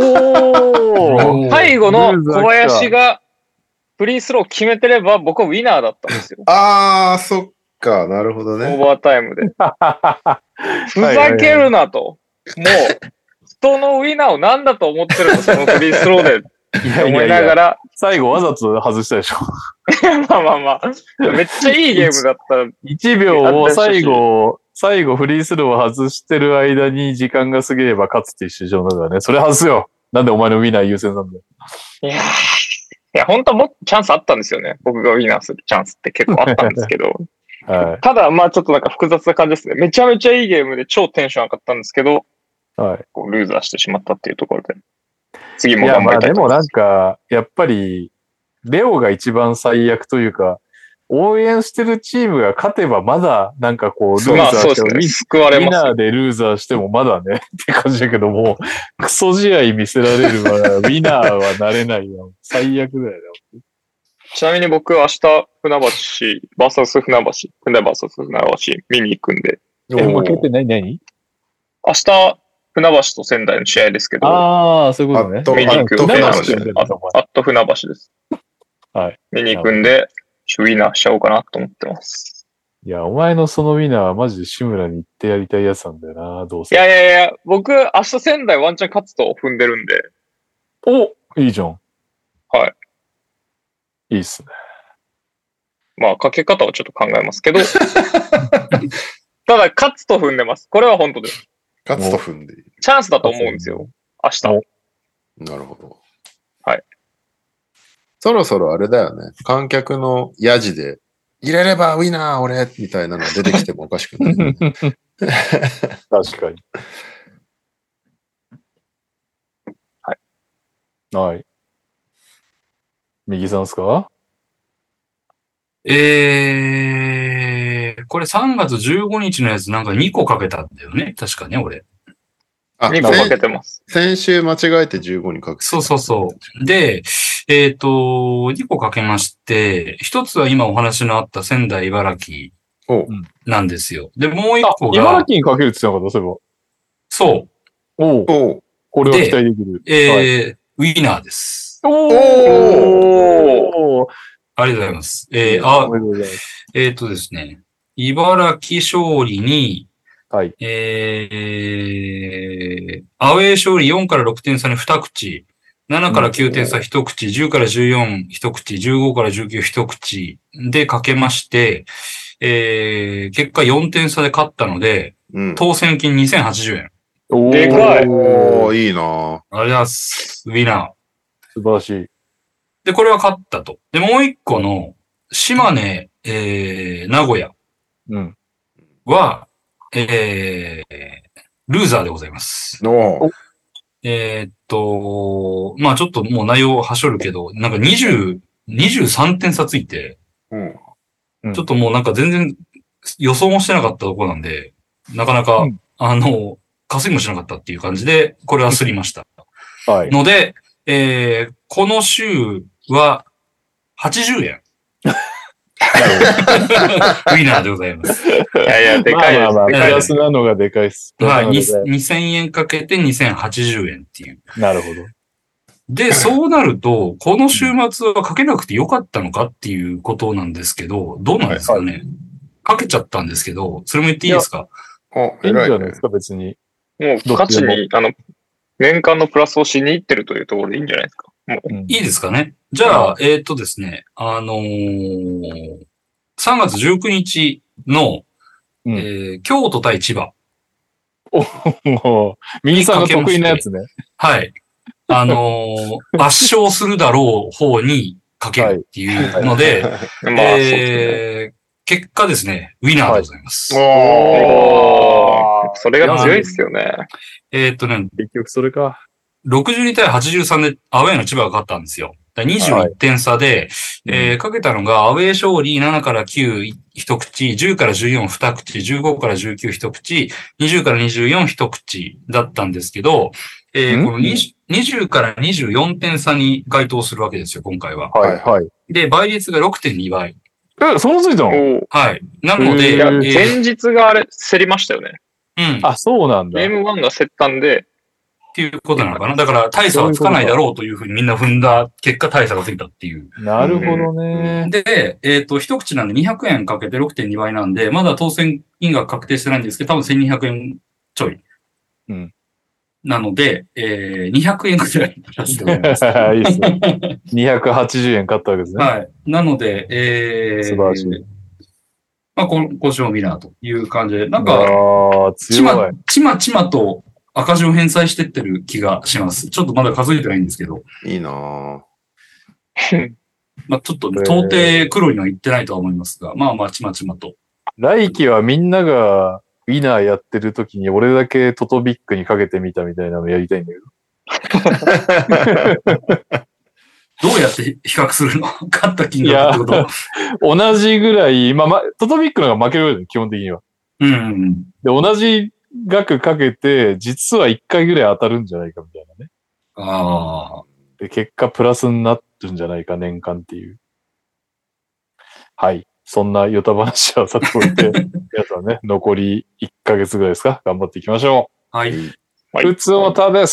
最後の小林がフリースロー決めてれば僕はウィナーだったんですよ。 そっか、なるほどね。 オーバータイムで。ふざけるなと。もう、人のウィナーを何だと思ってるの、そのフリースローで。思いながら。 最後わざと外したでしょ。 まあ。めっちゃいいゲームだった。 1秒を最後フリースローを外してる間に時間が過ぎれば勝つっていう主張なんだよね。それ外すよ。なんでお前のウィナー優先なんだよ。 いや、本当はもっとチャンスあったんですよね。僕がウィナーするチャンスって結構あったんですけど。はい、ただ、まあちょっとなんか複雑な感じですね。めちゃめちゃいいゲームで超テンション上がったんですけど、 はい、 こうルーザーしてしまったっていうところで。次も頑張りたいと思います。 でもなんか、やっぱり、レオが一番最悪というか、応援してるチームが勝てばまだ、なんかこう、ルーザーしても、 救われます。 ウィナーでルーザーしてもまだね、って感じだけども、クソ試合見せられるわ、ウィナーはなれないよ。最悪だよね。 ちなみに僕は明日、船橋、バーサス船橋、船橋見に行くんで。 負けて何明日、船橋と仙台の試合ですけど。 そういうことね。 見に行く予定なので、あっと船橋です。 はい。 見に行くんで、ウィナーしちゃおうかなと思ってます。 いや、お前のそのウィナーはマジで志村に行ってやりたいやつなんだよな、どうせ。 いや、僕、明日仙台ワンチャン勝つと踏んでるんで。 いいじゃん。 はい。 いいっすね。 まあ、かけ方はちょっと考えますけど。ただ、勝つと踏んでます。これは本当です。 勝つと踏んでいる。 チャンスだと思うんですよ。明日。 なるほど。 はい。 そろそろあれだよね。観客のヤジで、入れればウィナー俺みたいなのが出てきてもおかしくない、ね。 確かに。 はい。 はい。右さんですか？ これ3月15日のやつなんか2個かけたんだよね。確かね、俺。 あ、 2個かけてます。 先週間違えて15にかけて。 そうそうそう。で、2個かけまして、一つは今お話のあった仙台茨城なんですよ。で、もう一個が。 茨城にかけるって言ってなかった、そういえば。 そう。 おお。これは期待できる。 ウィナーです。 おーありがとうございます。ですね。茨城勝利に、 はい。 アウェー勝利4から6点差に2口、7から9点差1口、10から14、1口、15から19、1口でかけまして、結果4点差で勝ったので、当選金2080円。 でかい。 おー、いいなぁ。 ありがとうございます。ウィナー。 素晴らしい。 で、これは勝ったと。で、もう一個の、島根、名古屋は、ルーザーでございます。まあちょっともう内容はしょるけど、なんか23点差ついて、ちょっともうなんか全然予想もしてなかったところなんで、なかなか、稼ぎもしなかったっていう感じで、これはすりました。 はい。 ので、この週は80円。ウィナーでございます。 いや、でかいです。 プラスなのがでかいっす。 はい、2000円かけて2080円っていう。 なるほど。 で、そうなると、この週末はかけなくてよかったのかっていうことなんですけど、どうなんですかね。かけちゃったんですけど、それも言っていいですか？ いいんじゃないですか、別に。 もう、価値に、年間のプラスをしに行ってるというところでいいんじゃないですか。 いいですかね。じゃあ、ですね、3月19日の、京都対千葉。 右さんが得意なやつね。 はい。圧勝するだろう方にかけるっていうので、結果ですね、ウィナーでございます。 それが強いですよね。 結局それか。 62対83でアウェーの千葉が勝ったんですよ。21点差で、かけたのがアウェー勝利7から9一口、10から14二口、15から19一口、20から24一口だったんですけど、この20から24点差に該当するわけですよ、今回は。 はい、はい。 で、倍率が 6.2 倍。 そんなついたの？ はい。なので、 前日が競りましたよね。 あ、そうなんだ。 ゲーム1が競ったんで、 っていうことなのかな。だから、大差はつかないだろうというふうにみんな踏んだ結果、大差がついたっていう。 なるほどね。 で、一口なんで200円かけて 6.2 倍なんで、まだ当選金額確定してないんですけど、多分1200円ちょい。なので、200円くらいプラスでございます。 いいですね。280円買ったわけですね。 はい。なので、 素晴らしい。 まあ、今週も見なという感じで、なんか、ちまちまと赤字を返済してってる気がします。ちょっとまだ数えてないんですけど。 いいなぁ。 まあちょっと、到底黒には言ってないとは思いますが、まあまあちまちまと。 来期はみんながウィナーやってる時に俺だけトトビックにかけてみたみたいなのやりたいんだけど。 どうやって比較するの？勝った金額ってこと？ 同じぐらい、トトビックの方が負けるよね、基本的には。で、同じ額かけて、実は1回ぐらい当たるんじゃないかみたいなね。で、結果プラスになるんじゃないか、年間っていう。はい。そんなヨタ話はさておいて、皆さんね、残り1ヶ月ぐらいですか？頑張っていきましょう。はい。 ふつおたです。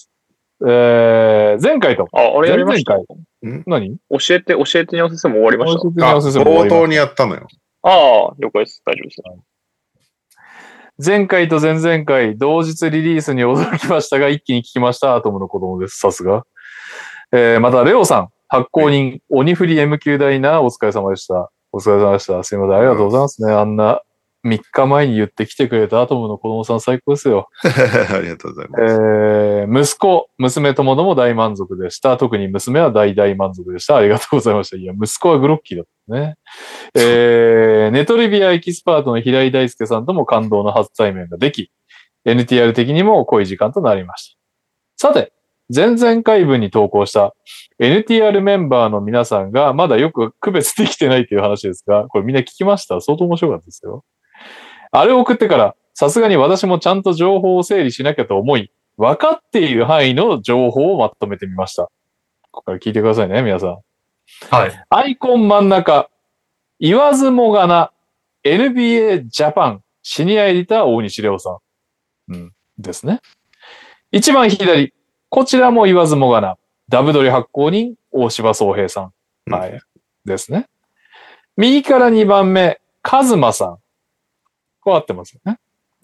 前回と。 俺やりました。 何？ 教えてにお先生も終わりました。 冒頭にやったのよ。 了解です。大丈夫です。 前回と前々回、同日リリースに驚きましたが、一気に聞きました。アトムの子供です。さすが。また、レオさん、発行人、鬼振り M 級ダイナー、お疲れ様でした。お疲れ様でした。すいません。ありがとうございますね。あんな 3日前に言ってきてくれたアトムの子供さん最高ですよ。 ありがとうございます。 息子、娘ともども大満足でした。特に娘は大満足でした。ありがとうございました。いや、息子はグロッキーだったね。ネトリビアエキスパートの平井大輔さんとも感動の初対面ができ、NTR 的にも濃い時間となりました。さて、前々回分に投稿した NTR メンバーの皆さんがまだよく区別できてないという話ですが、これみんな聞きました？相当面白かったですよ。あれを送ってから、さすがに私もちゃんと情報を整理しなきゃと思い、分かっている範囲の情報をまとめてみました。ここから聞いてくださいね、皆さん。 はい。 アイコン真ん中、言わずもがな、NBA ジャパン、シニアエディター大西レオさん。ですね。一番左、こちらも言わずもがな、ダブドリ発行人、大柴宗平さん。はい。ですね。右から2番目、カズマさん。こう合ってますよね。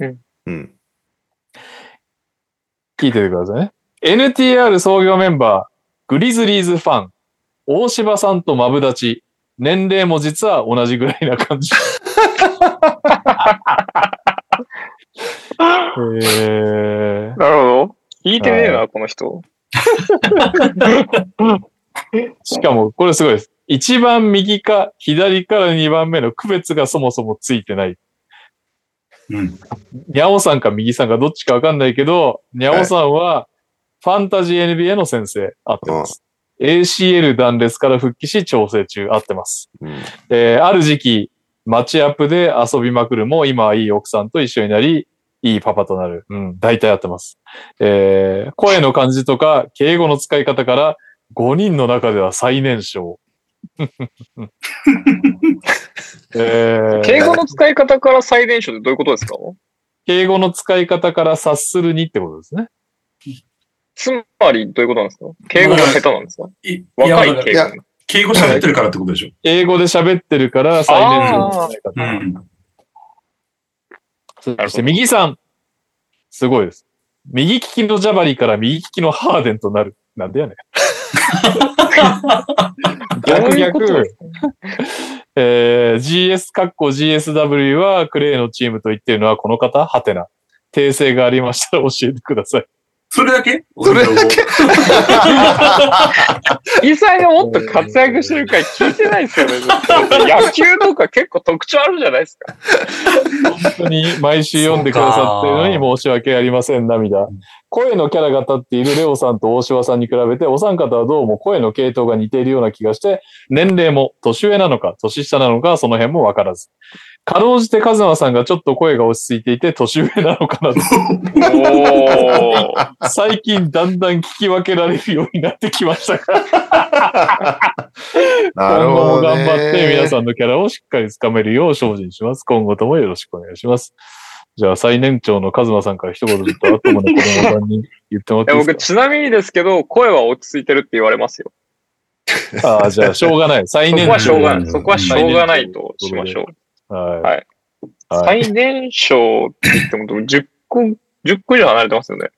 聞いててくださいね。NTR 創業メンバー、グリズリーズファン、大柴さんとマブダチ、年齢も実は同じぐらいな感じ。 なるほど。聞いてねえな、この人。 しかも、これすごいです。一番右か左から2番目の区別がそもそもついてない。にゃおさんか右さんかどっちかわかんないけど、にゃおさんはファンタジー NBA の先生、合ってます。ACL 断裂から復帰し調整中、合ってます。ある時期、マッチアップで遊びまくるも、今はいい奥さんと一緒になり、いいパパとなる。大体合ってます。声の感じとか、敬語の使い方から、5人の中では最年少。 敬語の使い方から最年少ってどういうことですか？ 敬語の使い方から察するにってことですね。 つまりどういうことなんですか？敬語が下手なんですか？若い敬語。 敬語喋ってるからってことでしょ？ 英語で喋ってるから最年少の使い方。そして右さん。すごいです。右利きのジャバリから右利きのハーデンとなる。なんでやねん。逆。GS かっこ GSW はクレイのチームと言っているのはこの方はてな。訂正がありましたら教えてください。 それだけイサイがもっと活躍してるから聞いてないですよね。野球とか結構特徴あるじゃないですか。 本当に毎週読んでくださっているのに申し訳ありません、涙。声のキャラが立っているレオさんと大柴さんに比べて、お三方はどうも声の系統が似ているような気がして、年齢も年上なのか、年下なのか、その辺もわからず。かろうじてカズマさんがちょっと声が落ち着いていて、年上なのかなと。最近だんだん聞き分けられるようになってきましたから。今後も頑張って皆さんのキャラをしっかりつかめるよう精進します。今後ともよろしくお願いします。じゃあ最年長のカズマさんから一言ずっとアトムの子供さんに言ってもらっていいですか？ 僕ちなみにですけど、声は落ち着いてるって言われますよ。 ああ、じゃあしょうがない。最年長。 そこはしょうがない。そこはしょうがないとしましょう。はい。最年少って言っても10個以上離れてますよね。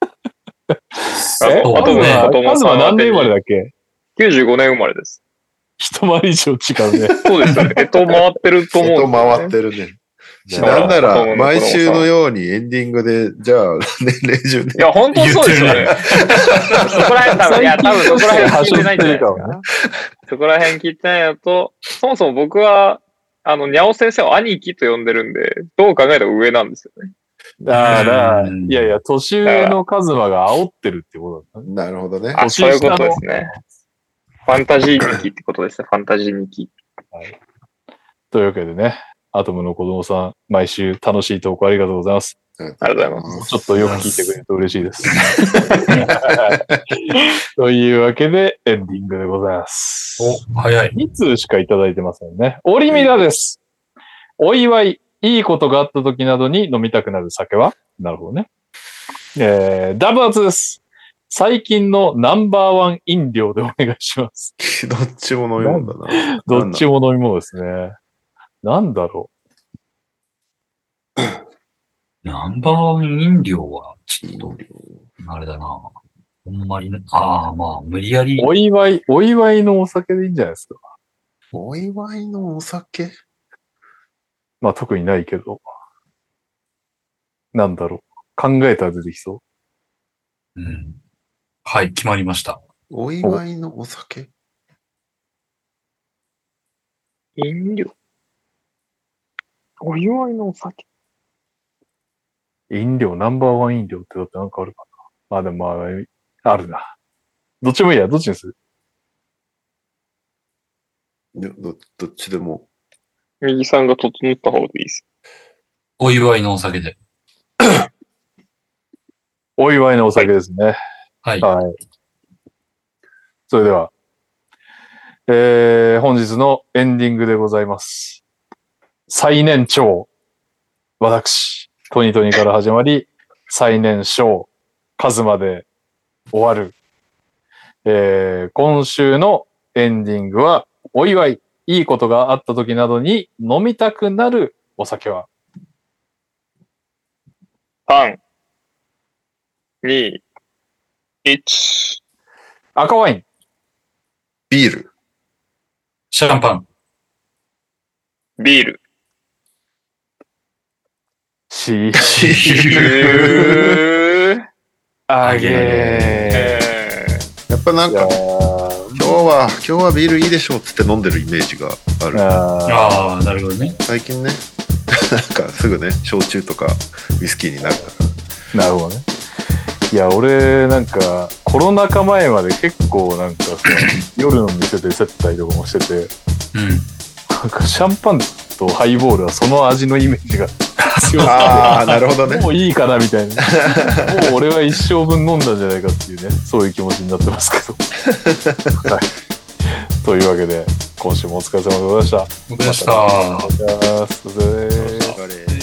あとね、カズマ何年生まれだっけ？ 95 年生まれです。 一回り以上違うね。 そうですよね。回ってると思う、 ね。回ってるね。なんなら、毎週のようにエンディングで、じゃあ、年齢順で。 いや、本当そうですよね。そこら辺多分そこら辺聞いてないんじゃないですか。そこら辺聞いてないのと、そもそも僕は、にゃお先生を兄貴と呼んでるんで、どう考えても上なんですよね。 だから、いやいや、年上のカズマが煽ってるってことだった。 なるほどね。 そういうことですね。ファンタジー2期ってことですね。ファンタジー2期。 はい。というわけでね、アトムの子供さん、毎週楽しい投稿ありがとうございます。 ありがとうございます。 ちょっとよく聞いてくれると嬉しいです。というわけで、エンディングでございます。 お、早い。 2通しかいただいてませんね。オリミラです。お祝い、いいことがあった時などに飲みたくなる酒は？なるほどね。ダブアツです。最近のナンバーワン飲料でお願いします。 どっちも飲み物だな。 どっちも飲み物ですね。なんだろう。ナンバーワン飲料は、ちょっと、あれだな。ほんまにね。まあ、無理やり。 お祝いのお酒でいいんじゃないですか。 お祝いのお酒まあ特にないけど。なんだろう。考えたら出てきそうん。はい、決まりました。 お祝いのお酒？ 飲料。お祝いのお酒。 飲料、ナンバーワン飲料ってだってなんかあるかな。でもまあ、あるな。どっちもいいや、どっちにする？ どっちでも。 右さんが整った方でいいです。 お祝いのお酒で。 お祝いのお酒ですね。 はい。 はい。それでは、本日のエンディングでございます。最年長、私、トニトニから始まり、最年少、カズまで終わる。今週のエンディングは、お祝い、いいことがあった時などに飲みたくなるお酒は 3、2、1。 赤ワイン。 ビール。 シャンパン。 ビール。 シール。あげー。 やっぱなんか、今日はビールいいでしょうっつって飲んでるイメージがある。 ああ、なるほどね。 最近ね、なんかすぐね、焼酎とかウイスキーになるから。 なるほどね。いや、俺、なんか、コロナ禍前まで結構なんかさ、夜の店で競ったりとかもしてて、なんかシャンパンとハイボールはその味のイメージが強くて、 ああ、なるほどね。 もういいかなみたいな。もう俺は一生分飲んだんじゃないかっていうね、そういう気持ちになってますけど。はい。というわけで、今週もお疲れ様でございました。 お疲れ様でした。 お疲れ様でした。